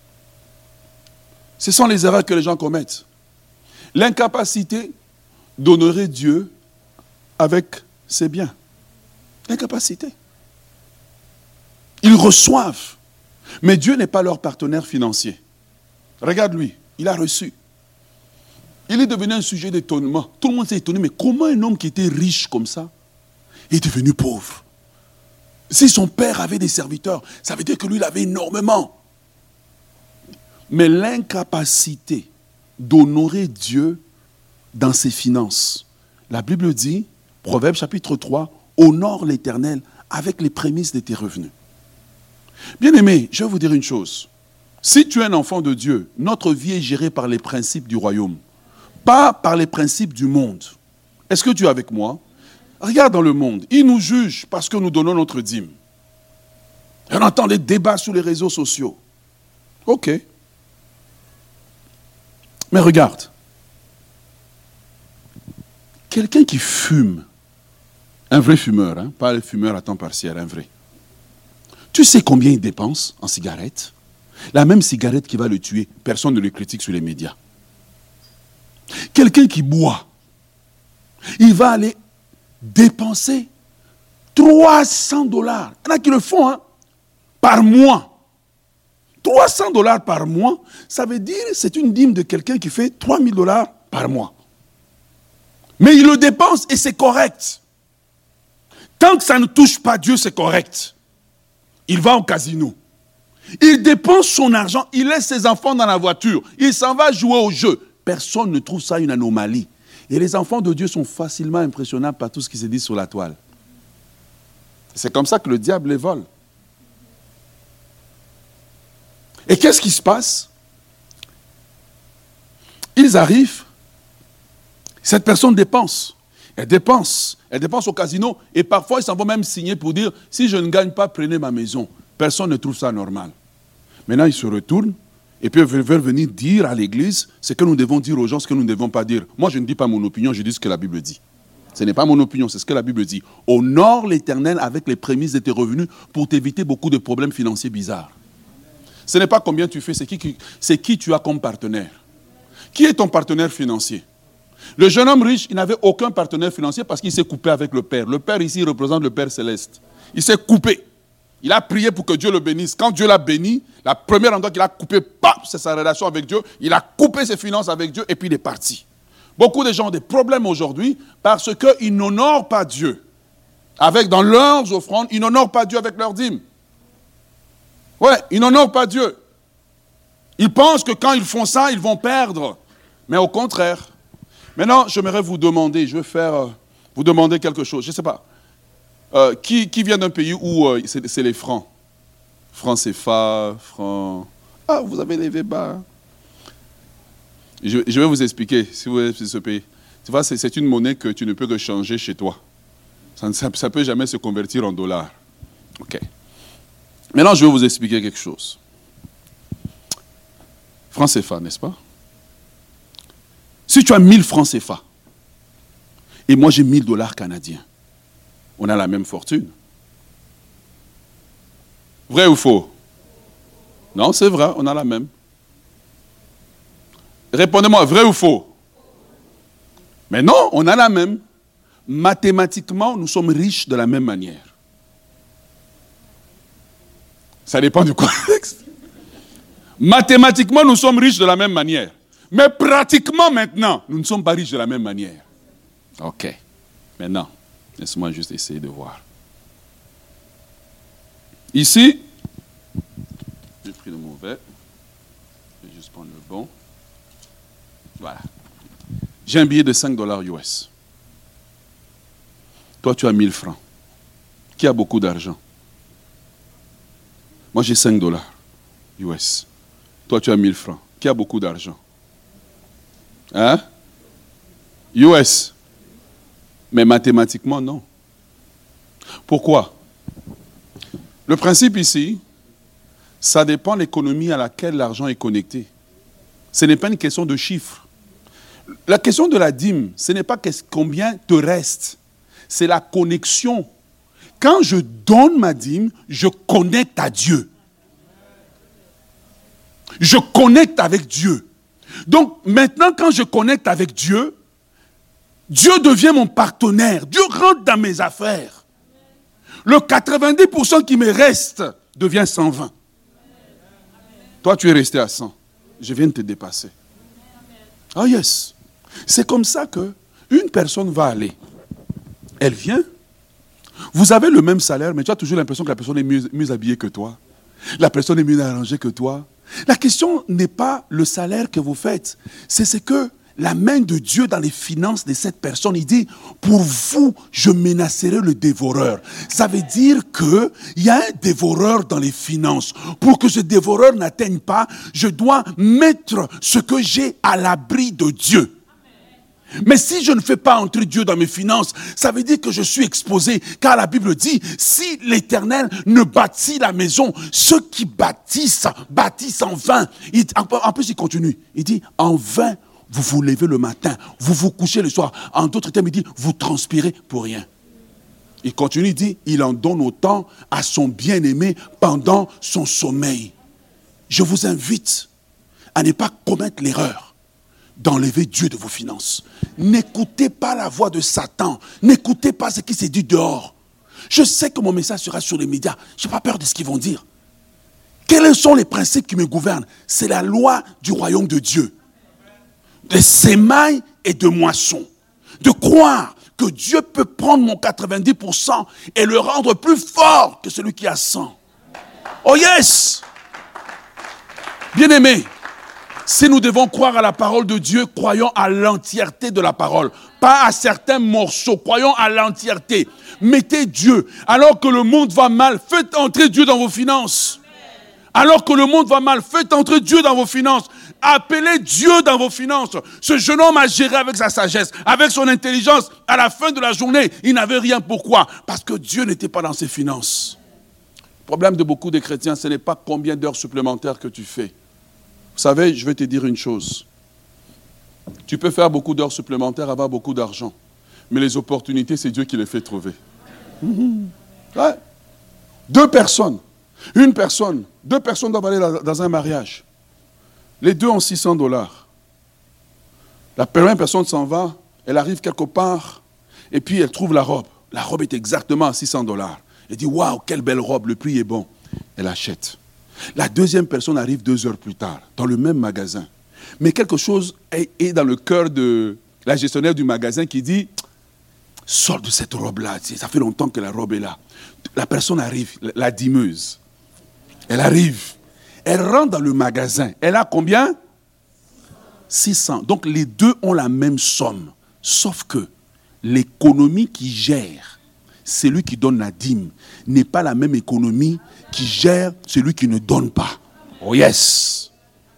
A: Ce sont les erreurs que les gens commettent. L'incapacité d'honorer Dieu avec ses biens. L'incapacité. Ils reçoivent. Mais Dieu n'est pas leur partenaire financier. Regarde lui, il a reçu. Il est devenu un sujet d'étonnement. Tout le monde s'est étonné, mais comment un homme qui était riche comme ça est devenu pauvre? Si son père avait des serviteurs, ça veut dire que lui, il avait énormément. Mais l'incapacité d'honorer Dieu dans ses finances. La Bible dit, Proverbe chapitre trois, honore l'Éternel avec les prémices de tes revenus. Bien-aimé, je vais vous dire une chose. Si tu es un enfant de Dieu, notre vie est gérée par les principes du royaume, pas par les principes du monde. Est-ce que tu es avec moi? Regarde dans le monde, ils nous jugent parce que nous donnons notre dîme. Et on entend des débats sur les réseaux sociaux. Ok. Mais regarde. Quelqu'un qui fume, un vrai fumeur, hein, pas le fumeur à temps partiel, un vrai. Tu sais combien il dépense en cigarettes? La même cigarette qui va le tuer, personne ne le critique sur les médias. Quelqu'un qui boit, il va aller dépenser trois cents dollars. Il y en a qui le font, hein, par mois. trois cents dollars par mois, ça veut dire que c'est une dîme de quelqu'un qui fait trois mille dollars par mois. Mais il le dépense et c'est correct. Tant que ça ne touche pas Dieu, c'est correct. Il va au casino. Il dépense son argent, il laisse ses enfants dans la voiture. Il s'en va jouer au jeu. Personne ne trouve ça une anomalie. Et les enfants de Dieu sont facilement impressionnables par tout ce qui se dit sur la toile. C'est comme ça que le diable les vole. Et qu'est-ce qui se passe? Ils arrivent, cette personne dépense. Elle dépense, elle dépense au casino et parfois ils s'en vont même signer pour dire si je ne gagne pas, prenez ma maison. Personne ne trouve ça normal. Maintenant ils se retournent et puis ils veulent venir dire à l'église ce que nous devons dire aux gens, ce que nous ne devons pas dire. Moi je ne dis pas mon opinion, je dis ce que la Bible dit. Ce n'est pas mon opinion, c'est ce que la Bible dit. Honore l'Éternel avec les prémices de tes revenus pour t'éviter beaucoup de problèmes financiers bizarres. Ce n'est pas combien tu fais, c'est qui, c'est qui tu as comme partenaire. Qui est ton partenaire financier? Le jeune homme riche, il n'avait aucun partenaire financier parce qu'il s'est coupé avec le Père. Le Père ici représente le Père céleste. Il s'est coupé. Il a prié pour que Dieu le bénisse. Quand Dieu l'a béni, la première endroit qu'il a coupé, paf, c'est sa relation avec Dieu. Il a coupé ses finances avec Dieu et puis il est parti. Beaucoup de gens ont des problèmes aujourd'hui parce qu'ils n'honorent pas Dieu. Avec, dans leurs offrandes, ils n'honorent pas Dieu avec leurs dîmes. Ouais, ils n'honorent pas Dieu. Ils pensent que quand ils font ça, ils vont perdre. Mais au contraire. Maintenant, j'aimerais vous demander, je vais faire, euh, vous demander quelque chose. Je ne sais pas. Euh, qui, qui vient d'un pays où euh, c'est, c'est les francs? Francs C F A, francs... Ah, vous avez levé bas. Hein? Je, je vais vous expliquer, si vous êtes de ce pays. Tu vois, c'est, c'est une monnaie que tu ne peux que changer chez toi. Ça ne peut jamais se convertir en dollars. OK. Maintenant, je vais vous expliquer quelque chose. Francs C F A, n'est-ce pas? Si tu as mille francs C F A, et moi j'ai mille dollars canadiens, on a la même fortune. Vrai ou faux? Non, c'est vrai, on a la même. Répondez-moi, vrai ou faux? Mais non, on a la même. Mathématiquement, nous sommes riches de la même manière. Ça dépend du contexte. Mathématiquement, nous sommes riches de la même manière. Mais pratiquement maintenant, nous ne sommes pas riches de la même manière. Ok. Maintenant, laisse-moi juste essayer de voir. Ici, j'ai pris le mauvais. Je vais juste prendre le bon. Voilà. J'ai un billet de cinq dollars U S. Toi, tu as mille francs. Qui a beaucoup d'argent? Moi, j'ai cinq dollars U S. Toi, tu as mille francs. Qui a beaucoup d'argent? Hein? U S. Mais mathématiquement, non. Pourquoi? Le principe ici, ça dépend de l'économie à laquelle l'argent est connecté. Ce n'est pas une question de chiffres. La question de la dîme, ce n'est pas combien te reste. C'est la connexion. Quand je donne ma dîme, je connecte à Dieu. Je connecte avec Dieu. Donc maintenant, quand je connecte avec Dieu, Dieu devient mon partenaire. Dieu rentre dans mes affaires. Le quatre-vingt-dix pour cent qui me reste devient cent vingt. Toi, tu es resté à cent. je viens de te dépasser. Ah yes. C'est comme ça que une personne va aller. Elle vient. Vous avez le même salaire, mais tu as toujours l'impression que la personne est mieux, mieux habillée que toi. La personne est mieux arrangée que toi. La question n'est pas le salaire que vous faites. C'est ce que la main de Dieu dans les finances de cette personne, il dit, pour vous, je menacerai le dévoreur. Ça veut dire qu'il y a un dévoreur dans les finances. Pour que ce dévoreur n'atteigne pas, je dois mettre ce que j'ai à l'abri de Dieu. Mais si je ne fais pas entrer Dieu dans mes finances, ça veut dire que je suis exposé. Car la Bible dit, si l'Éternel ne bâtit la maison, ceux qui bâtissent, bâtissent en vain. Il, en plus, il continue. Il dit, en vain, vous vous levez le matin, vous vous couchez le soir. En d'autres termes, il dit, vous transpirez pour rien. Il continue, il dit, il en donne autant à son bien-aimé pendant son sommeil. Je vous invite à ne pas commettre l'erreur d'enlever Dieu de vos finances. N'écoutez pas la voix de Satan. N'écoutez pas ce qui s'est dit dehors. Je sais que mon message sera sur les médias. Je n'ai pas peur de ce qu'ils vont dire. Quels sont les principes qui me gouvernent? C'est la loi du royaume de Dieu. De sémailles et de moissons. De croire que Dieu peut prendre mon quatre-vingt-dix pour cent et le rendre plus fort que celui qui a cent. Oh yes! Bien-aimés, si nous devons croire à la parole de Dieu, croyons à l'entièreté de la parole. Pas à certains morceaux, croyons à l'entièreté. Mettez Dieu. Alors que le monde va mal, faites entrer Dieu dans vos finances. Alors que le monde va mal, faites entrer Dieu dans vos finances. Appelez Dieu dans vos finances. Ce jeune homme a géré avec sa sagesse, avec son intelligence. À la fin de la journée, il n'avait rien. Pourquoi? Parce que Dieu n'était pas dans ses finances. Le problème de beaucoup de chrétiens, ce n'est pas combien d'heures supplémentaires que tu fais. Vous savez, je vais te dire une chose. Tu peux faire beaucoup d'heures supplémentaires, avoir beaucoup d'argent. Mais les opportunités, c'est Dieu qui les fait trouver. Mmh. Ouais. Deux personnes. Une personne. Deux personnes doivent aller dans un mariage. Les deux ont six cents dollars. La première personne s'en va. Elle arrive quelque part. Et puis, elle trouve la robe. La robe est exactement à six cents dollars. Elle dit, waouh, quelle belle robe. Le prix est bon. Elle achète. La deuxième personne arrive deux heures plus tard, dans le même magasin. Mais quelque chose est, est dans le cœur de la gestionnaire du magasin qui dit, sors de cette robe-là, ça fait longtemps que la robe est là. La personne arrive, la dîmeuse. Elle arrive, elle rentre dans le magasin. Elle a combien? six cents. Donc les deux ont la même somme. Sauf que l'économie qui gère celui qui donne la dîme n'est pas la même économie qui gère celui qui ne donne pas. Oh yes!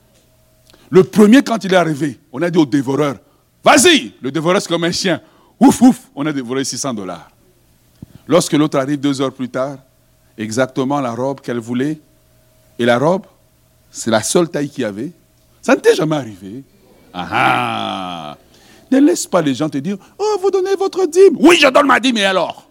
A: Le premier, quand il est arrivé, on a dit au dévoreur, vas-y! Le dévoreur, c'est comme un chien. Ouf, ouf! On a dévoré six cents dollars. Lorsque l'autre arrive deux heures plus tard, exactement la robe qu'elle voulait, et la robe, c'est la seule taille qu'il y avait. Ça ne t'est jamais arrivé. Ah ah! Ne laisse pas les gens te dire, oh, vous donnez votre dîme. Oui, je donne ma dîme, et alors?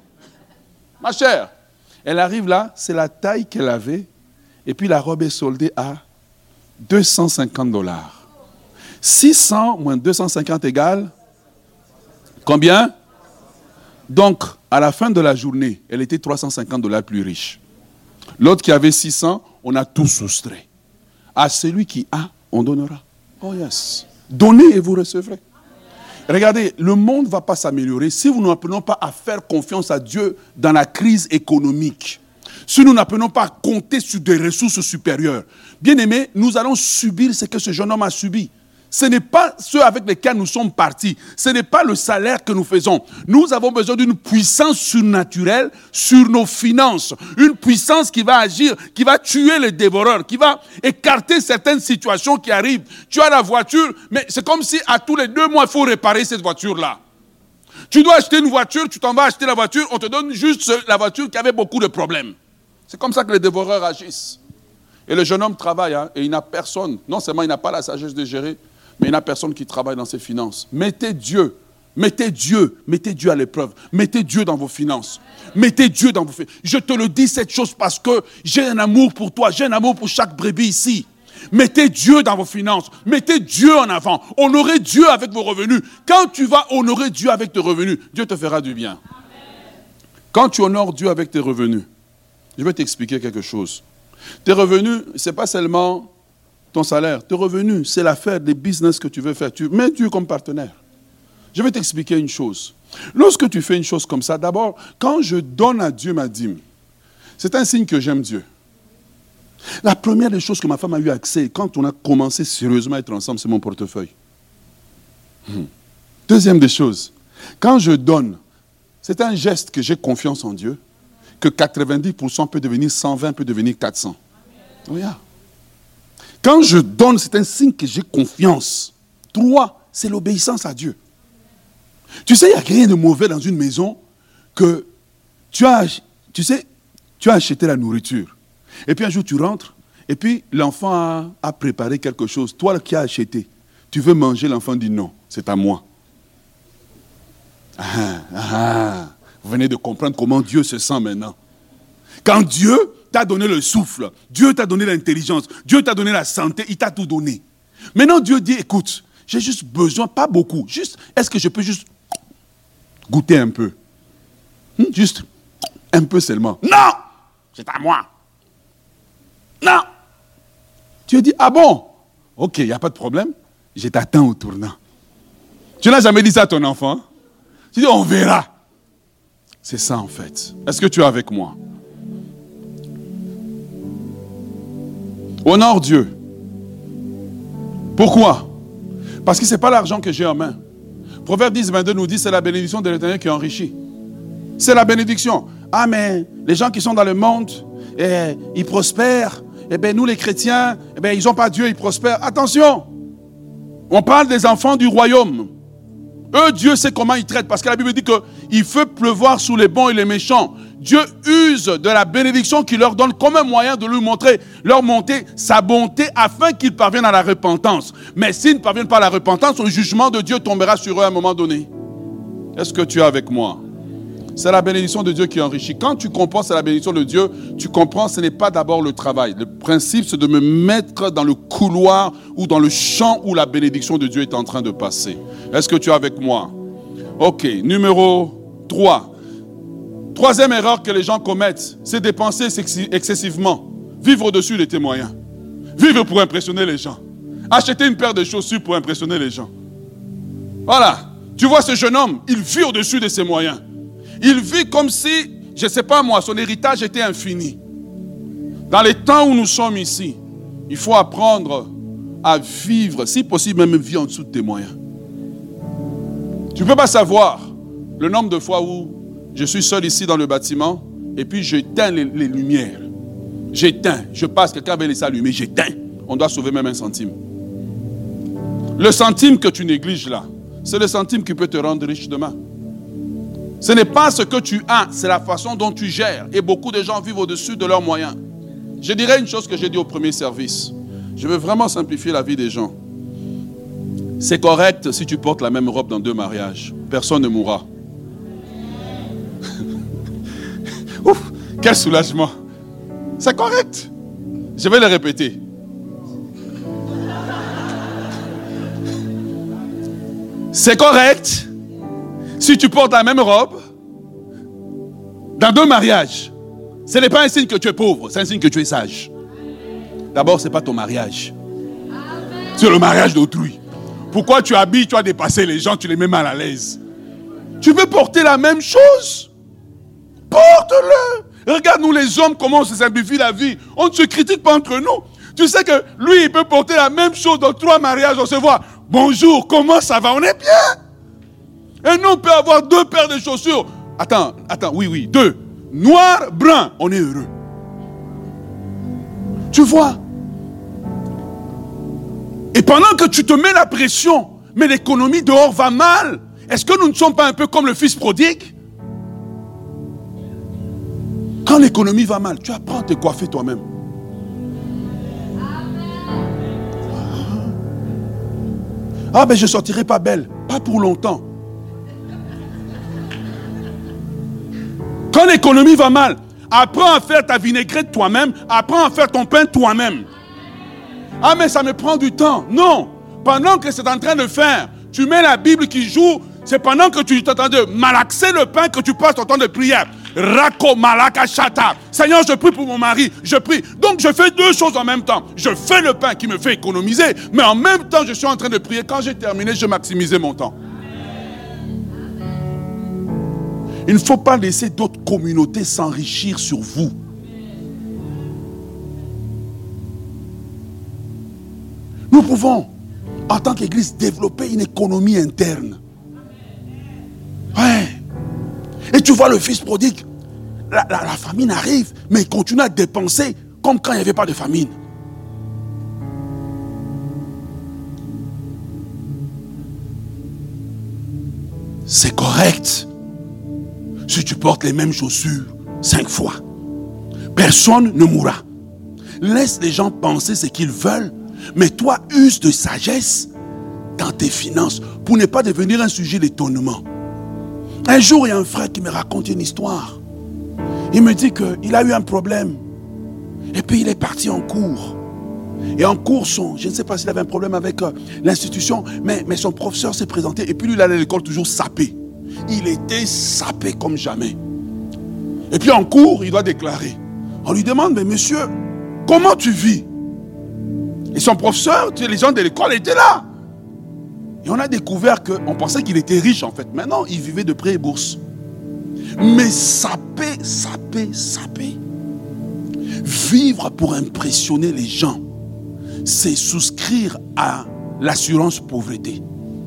A: Ma chère, elle arrive là, c'est la taille qu'elle avait, et puis la robe est soldée à deux cent cinquante dollars. six cents moins deux cent cinquante égale combien? Donc, à la fin de la journée, elle était trois cent cinquante dollars plus riche. L'autre qui avait six cents, on a tout soustrait. À celui qui a, on donnera. Oh yes. Donnez et vous recevrez. Regardez, le monde ne va pas s'améliorer si nous n'apprenons pas à faire confiance à Dieu dans la crise économique. Si nous n'apprenons pas à compter sur des ressources supérieures. Bien aimés, nous allons subir ce que ce jeune homme a subi. Ce n'est pas ceux avec lesquels nous sommes partis. Ce n'est pas le salaire que nous faisons. Nous avons besoin d'une puissance surnaturelle sur nos finances. Une puissance qui va agir, qui va tuer les dévoreurs, qui va écarter certaines situations qui arrivent. Tu as la voiture, mais c'est comme si à tous les deux mois, il faut réparer cette voiture-là. Tu dois acheter une voiture, tu t'en vas acheter la voiture, on te donne juste la voiture qui avait beaucoup de problèmes. C'est comme ça que les dévoreurs agissent. Et le jeune homme travaille, hein, et il n'a personne. Non seulement il n'a pas la sagesse de gérer, mais il n'y a personne qui travaille dans ses finances. Mettez Dieu, mettez Dieu, mettez Dieu à l'épreuve. Mettez Dieu dans vos finances. Mettez Dieu dans vos finances. Je te le dis cette chose parce que j'ai un amour pour toi, j'ai un amour pour chaque brebis ici. Mettez Dieu dans vos finances. Mettez Dieu en avant. Honorez Dieu avec vos revenus. Quand tu vas honorer Dieu avec tes revenus, Dieu te fera du bien. Quand tu honores Dieu avec tes revenus, je vais t'expliquer quelque chose. Tes revenus, ce n'est pas seulement ton salaire, tes revenus, c'est l'affaire des business que tu veux faire. Tu mets Dieu comme partenaire. Je vais t'expliquer une chose. Lorsque tu fais une chose comme ça, d'abord, quand je donne à Dieu ma dîme, c'est un signe que j'aime Dieu. La première des choses que ma femme a eu accès, quand on a commencé sérieusement à être ensemble, c'est mon portefeuille. Hmm. Deuxième des choses, quand je donne, c'est un geste que j'ai confiance en Dieu, que quatre-vingt-dix pour cent peut devenir cent vingt, peut devenir quatre cents. Regarde. Quand je donne, c'est un signe que j'ai confiance. Trois, c'est l'obéissance à Dieu. Tu sais, il n'y a rien de mauvais dans une maison que tu as, tu sais, tu as acheté la nourriture. Et puis un jour, tu rentres, et puis l'enfant a, a préparé quelque chose. Toi qui as acheté, tu veux manger, l'enfant dit non, c'est à moi. Ah, ah, vous venez de comprendre comment Dieu se sent maintenant. Quand Dieu t'a donné le souffle, Dieu t'a donné l'intelligence, Dieu t'a donné la santé, il t'a tout donné. Maintenant, Dieu dit, écoute, j'ai juste besoin, pas beaucoup, juste, est-ce que je peux juste goûter un peu? Hmm, juste un peu seulement. Non, c'est à moi. Non. Dieu dit, ah bon? Ok, il n'y a pas de problème, je t'attends au tournant. Tu n'as jamais dit ça à ton enfant? Tu dis, on verra. C'est ça en fait. Est-ce que tu es avec moi? Honore Dieu. Pourquoi? Parce que ce n'est pas l'argent que j'ai en main. Proverbe dix, vingt-deux nous dit, c'est la bénédiction de l'Éternel qui enrichit. C'est la bénédiction. Ah mais les gens qui sont dans le monde, eh, ils prospèrent. Eh bien nous les chrétiens, eh bien, ils n'ont pas Dieu, ils prospèrent. Attention, on parle des enfants du royaume. Eux, Dieu sait comment ils traitent. Parce que la Bible dit qu'il fait pleuvoir sur les bons et les méchants. Dieu use de la bénédiction qu'il leur donne comme un moyen de lui montrer, leur montrer sa bonté afin qu'ils parviennent à la repentance. Mais s'ils ne parviennent pas à la repentance, le jugement de Dieu tombera sur eux à un moment donné. Est-ce que tu es avec moi? C'est la bénédiction de Dieu qui enrichit. Quand tu comprends c'est la bénédiction de Dieu, tu comprends ce n'est pas d'abord le travail. Le principe, c'est de me mettre dans le couloir ou dans le champ où la bénédiction de Dieu est en train de passer. Est-ce que tu es avec moi? Ok, numéro trois. Troisième erreur que les gens commettent, c'est dépenser excessivement. Vivre au-dessus de tes moyens. Vivre pour impressionner les gens. Acheter une paire de chaussures pour impressionner les gens. Voilà. Tu vois ce jeune homme, il vit au-dessus de ses moyens. Il vit comme si, je ne sais pas moi, son héritage était infini. Dans les temps où nous sommes ici, il faut apprendre à vivre, si possible même vivre en dessous de tes moyens. Tu ne peux pas savoir le nombre de fois où je suis seul ici dans le bâtiment et puis j'éteins les, les lumières. J'éteins, je passe, quelqu'un veut laisser allumer, j'éteins. On doit sauver même un centime. Le centime que tu négliges là, c'est le centime qui peut te rendre riche demain. Ce n'est pas ce que tu as, c'est la façon dont tu gères. Et beaucoup de gens vivent au-dessus de leurs moyens. Je dirais une chose que j'ai dit au premier service. Je veux vraiment simplifier la vie des gens. C'est correct si tu portes la même robe dans deux mariages. Personne ne mourra. Ouf, quel soulagement. C'est correct. Je vais le répéter. C'est correct si tu portes la même robe dans deux mariages. Ce n'est pas un signe que tu es pauvre, c'est un signe que tu es sage. D'abord, ce n'est pas ton mariage. C'est le mariage d'autrui. Pourquoi tu habilles, tu as dépassé les gens, tu les mets mal à l'aise. Tu veux porter la même chose? Porte-le. Regarde nous les hommes, comment on se simplifie la vie. On ne se critique pas entre nous. Tu sais que lui, il peut porter la même chose dans trois mariages. On se voit, bonjour, comment ça va? On est bien. Et nous, on peut avoir deux paires de chaussures. Attends, attends, oui, oui, deux. Noir, brun, on est heureux. Tu vois? Et pendant que tu te mets la pression, mais l'économie dehors va mal, est-ce que nous ne sommes pas un peu comme le fils prodigue? Quand l'économie va mal, tu apprends à te coiffer toi-même. Ah ben je ne sortirai pas belle, pas pour longtemps. Quand l'économie va mal, apprends à faire ta vinaigrette toi-même, apprends à faire ton pain toi-même. Ah mais ça me prend du temps. Non, pendant que c'est en train de faire, tu mets la Bible qui joue, c'est pendant que tu t'entends de malaxer le pain que tu passes ton temps de prière. Rako malaka shata. Seigneur, je prie pour mon mari. Je prie. Donc, je fais deux choses en même temps. Je fais le pain qui me fait économiser, mais en même temps, je suis en train de prier. Quand j'ai terminé, je maximisais mon temps. Il ne faut pas laisser d'autres communautés s'enrichir sur vous. Nous pouvons, en tant qu'Église, développer une économie interne. Ouais. Et tu vois le fils prodigue, la, la, la famine arrive, mais il continue à dépenser comme quand il n'y avait pas de famine. C'est correct. Si tu portes les mêmes chaussures cinq fois, personne ne mourra. Laisse les gens penser ce qu'ils veulent, mais toi, use de sagesse dans tes finances pour ne pas devenir un sujet d'étonnement. Un jour, il y a un frère qui me raconte une histoire. Il me dit qu'il a eu un problème. Et puis, il est parti en cours. Et en cours, son, je ne sais pas s'il avait un problème avec euh, l'institution, mais, mais son professeur s'est présenté. Et puis, lui, il allait à l'école toujours sapé. Il était sapé comme jamais. Et puis, en cours, il doit déclarer. On lui demande, mais monsieur, comment tu vis? Et son professeur, les gens de l'école étaient là. Et on a découvert qu'on pensait qu'il était riche en fait. Maintenant, il vivait de prêts et bourses. Mais sapé, sapé, sapé. Vivre pour impressionner les gens, c'est souscrire à l'assurance pauvreté.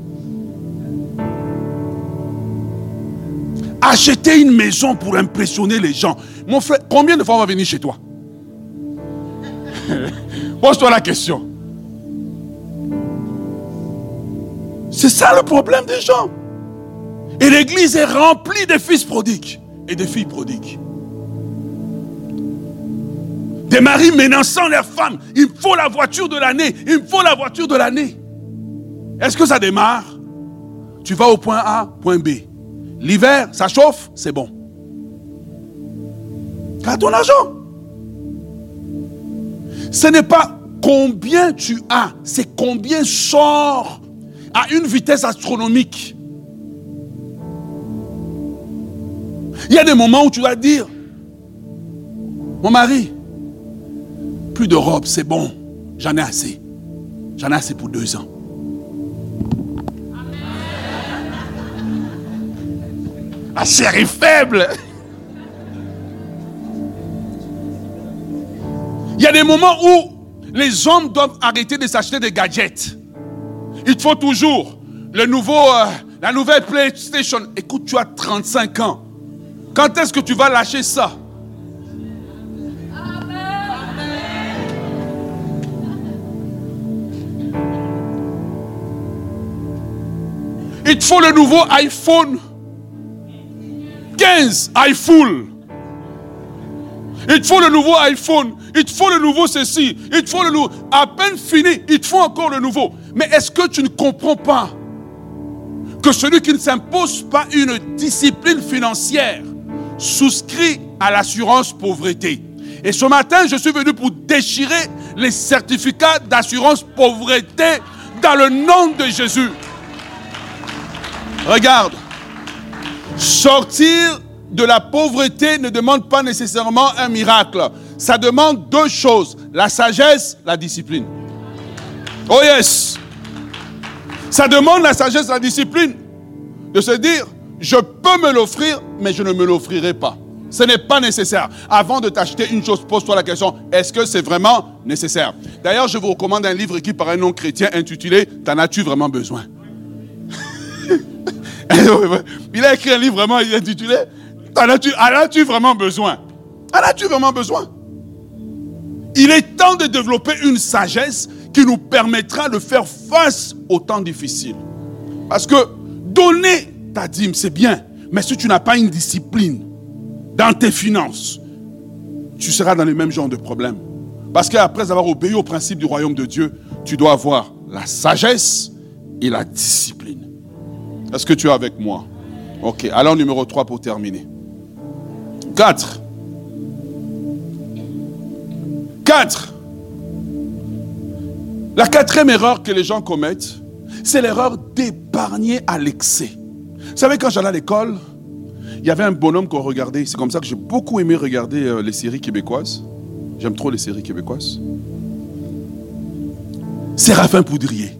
A: Acheter une maison pour impressionner les gens. Mon frère, combien de fois on va venir chez toi? Pose-toi la question. C'est ça le problème des gens. Et l'église est remplie de fils prodigues et de filles prodigues. Des maris menaçant leurs femmes. Il me faut la voiture de l'année. Il me faut la voiture de l'année. Est-ce que ça démarre? Tu vas au point A, point B. L'hiver, ça chauffe, c'est bon. T'as ton argent. Ce n'est pas combien tu as, c'est combien sort à une vitesse astronomique. Il y a des moments où tu dois dire, mon mari, plus de robe, c'est bon, j'en ai assez. J'en ai assez pour deux ans. La chair est faible. Il y a des moments où les hommes doivent arrêter de s'acheter des gadgets. Il te faut toujours le nouveau, euh, la nouvelle PlayStation. Écoute, tu as trente-cinq ans. Quand est-ce que tu vas lâcher ça? Il te faut le nouveau iPhone quinze, iPhone. Il te faut le nouveau iPhone. Il te faut le nouveau ceci. Il te faut le nouveau. À peine fini, il te faut encore le nouveau. Mais est-ce que tu ne comprends pas que celui qui ne s'impose pas une discipline financière souscrit à l'assurance pauvreté? Et ce matin, je suis venu pour déchirer les certificats d'assurance pauvreté dans le nom de Jésus. Regarde, sortir de la pauvreté ne demande pas nécessairement un miracle. Ça demande deux choses, la sagesse, la discipline. Oh yes! Ça demande la sagesse, la discipline. De se dire, je peux me l'offrir, mais je ne me l'offrirai pas. Ce n'est pas nécessaire. Avant de t'acheter une chose, pose-toi la question, est-ce que c'est vraiment nécessaire? D'ailleurs, je vous recommande un livre écrit par un non-chrétien intitulé « T'en as-tu vraiment besoin ?» Il a écrit un livre vraiment intitulé « En as-tu, en as-tu vraiment besoin ?» En as-tu vraiment besoin? Il est temps de développer une sagesse qui nous permettra de faire face aux temps difficiles. Parce que donner ta dîme, c'est bien. Mais si tu n'as pas une discipline dans tes finances, tu seras dans le même genre de problème. Parce qu'après avoir obéi au principe du royaume de Dieu, tu dois avoir la sagesse et la discipline. Est-ce que tu es avec moi? Ok, alors numéro trois pour terminer. quatre. quatre. La quatrième erreur que les gens commettent, c'est l'erreur d'épargner à l'excès. Vous savez, quand j'allais à l'école, Il y avait un bonhomme qu'on regardait. C'est comme ça que j'ai beaucoup aimé regarder euh, les séries québécoises. J'aime trop les séries québécoises. Séraphin Poudrier.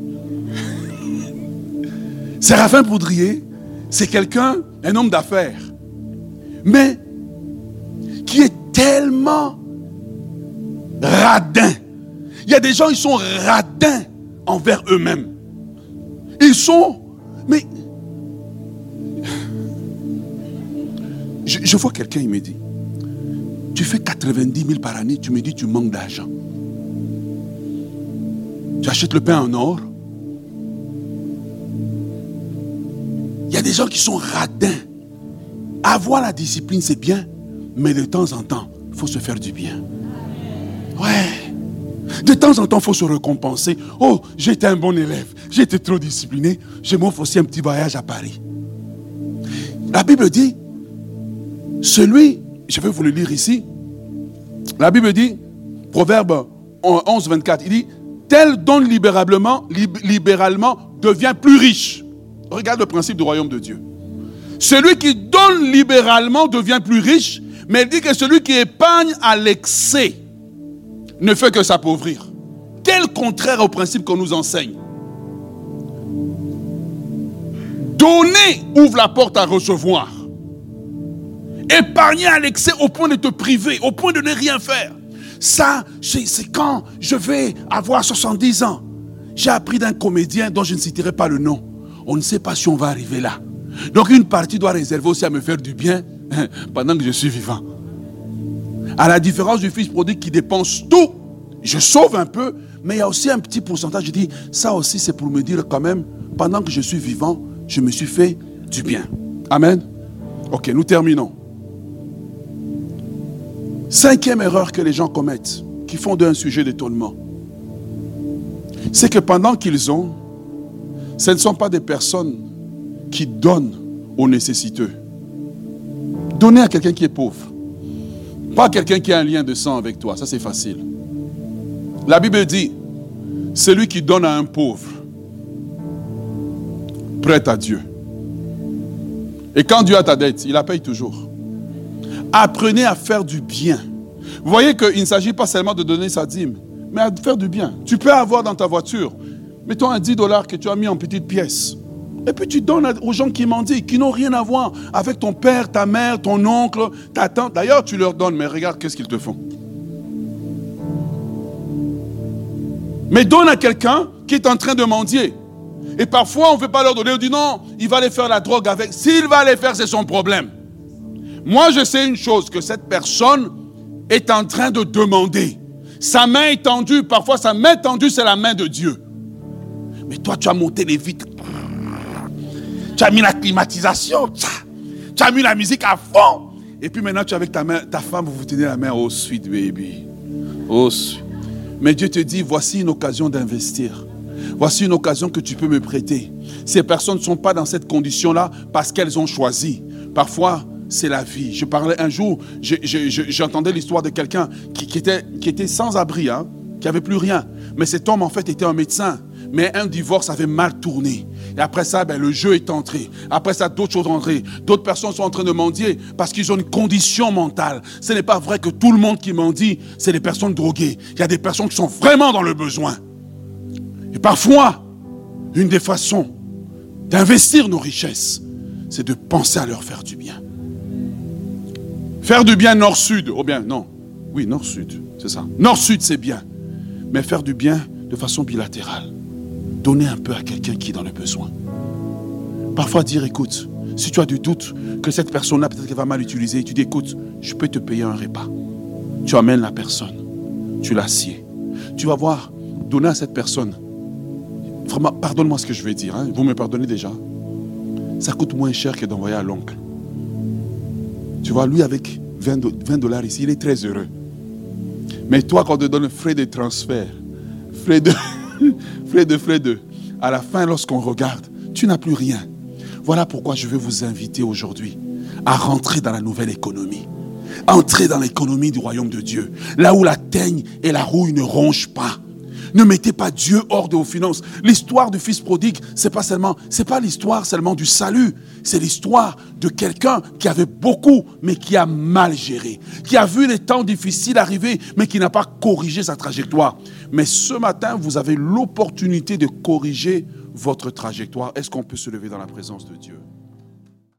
A: Séraphin Poudrier, c'est quelqu'un, un homme d'affaires, mais qui est tellement radin. Il y a des gens, ils sont radins envers eux-mêmes. Ils sont, mais je, je vois quelqu'un, il me dit, tu fais quatre-vingt-dix mille par année, tu me dis tu manques d'argent. Tu achètes le pain en or. Il y a des gens qui sont radins. Avoir la discipline, c'est bien, mais de temps en temps, il faut se faire du bien. Ouais. De temps en temps, il faut se récompenser. Oh, j'ai été un bon élève, j'ai été trop discipliné, je m'offre aussi un petit voyage à Paris. La Bible dit, celui, je vais vous le lire ici, la Bible dit, Proverbe onze, vingt-quatre, il dit, tel donne libéralement, lib- libéralement devient plus riche. Regarde le principe du royaume de Dieu. Celui qui donne libéralement devient plus riche, mais il dit que celui qui épargne à l'excès ne fait que s'appauvrir. Quel contraire au principe qu'on nous enseigne. Donner ouvre la porte à recevoir. Épargner à l'excès au point de te priver, au point de ne rien faire. Ça, c'est, c'est quand je vais avoir soixante-dix ans. J'ai appris d'un comédien dont je ne citerai pas le nom. On ne sait pas si on va arriver là. Donc une partie doit réserver aussi à me faire du bien pendant que je suis vivant. À la différence du fils prodigue qui dépense tout, je sauve un peu, mais il y a aussi un petit pourcentage. Je dis, ça aussi c'est pour me dire quand même, pendant que je suis vivant, je me suis fait du bien. Amen. Ok, nous terminons. Cinquième erreur que les gens commettent, qui font d'un sujet d'étonnement, c'est que pendant qu'ils ont, ce ne sont pas des personnes qui donnent aux nécessiteux. Donner à quelqu'un qui est pauvre. Pas à quelqu'un qui a un lien de sang avec toi. Ça, c'est facile. La Bible dit, celui qui donne à un pauvre, prête à Dieu. Et quand Dieu a ta dette, il la paye toujours. Apprenez à faire du bien. Vous voyez qu'il ne s'agit pas seulement de donner sa dîme, mais à faire du bien. Tu peux avoir dans ta voiture, mettons un dix dollars que tu as mis en petite pièce. Et puis tu donnes aux gens qui mendient, qui n'ont rien à voir avec ton père, ta mère, ton oncle, ta tante. D'ailleurs, tu leur donnes, mais regarde qu'est-ce qu'ils te font. Mais donne à quelqu'un qui est en train de mendier. Et parfois, on ne veut pas leur donner. On dit non, il va aller faire la drogue avec. S'il va aller faire, c'est son problème. Moi, je sais une chose, que cette personne est en train de demander. Sa main est tendue. Parfois, sa main tendue, c'est la main de Dieu. Mais toi, tu as monté les vitres. Tu as mis la climatisation. Tu as mis la musique à fond. Et puis maintenant, tu es avec ta, main, ta femme, vous vous tenez la main. Oh, sweet baby. Oh, sweet. Mais Dieu te dit, voici une occasion d'investir. Voici une occasion que tu peux me prêter. Ces personnes ne sont pas dans cette condition-là parce qu'elles ont choisi. Parfois, c'est la vie. Je parlais un jour, je, je, je, j'entendais l'histoire de quelqu'un qui, qui, était, qui était sans abri, hein, qui n'avait plus rien. Mais cet homme, en fait, était un médecin. Mais un divorce avait mal tourné. Et après ça, ben, le jeu est entré. Après ça, d'autres choses sont entrées. D'autres personnes sont en train de mendier parce qu'ils ont une condition mentale. Ce n'est pas vrai que tout le monde qui mendie, c'est des personnes droguées. Il y a des personnes qui sont vraiment dans le besoin. Et parfois, une des façons d'investir nos richesses, c'est de penser à leur faire du bien. Faire du bien nord-sud, oh bien, non. Oui, nord-sud, c'est ça. Nord-sud, c'est bien. Mais faire du bien de façon bilatérale. Donner un peu à quelqu'un qui est dans le besoin. Parfois dire, écoute, si tu as du doute que cette personne-là, peut-être qu'elle va mal utiliser, tu dis, écoute, je peux te payer un repas. Tu amènes la personne, tu l'assieds. Tu vas voir, donner à cette personne, vraiment, pardonne-moi ce que je vais dire, hein, vous me pardonnez déjà. Ça coûte moins cher que d'envoyer à l'oncle. Tu vois, lui avec vingt dollars ici, il est très heureux. Mais toi, quand on te donne frais de transfert, frais de, frais de, frais de, à la fin, lorsqu'on regarde, tu n'as plus rien. Voilà pourquoi je veux vous inviter aujourd'hui à rentrer dans la nouvelle économie. Entrer dans l'économie du royaume de Dieu. Là où la teigne et la rouille ne rongent pas. Ne mettez pas Dieu hors de vos finances. L'histoire du fils prodigue, c'est pas seulement, c'est pas l'histoire seulement du salut. C'est l'histoire de quelqu'un qui avait beaucoup, mais qui a mal géré. Qui a vu les temps difficiles arriver, mais qui n'a pas corrigé sa trajectoire. Mais ce matin, vous avez l'opportunité de corriger votre trajectoire. Est-ce qu'on peut se lever dans la présence de Dieu?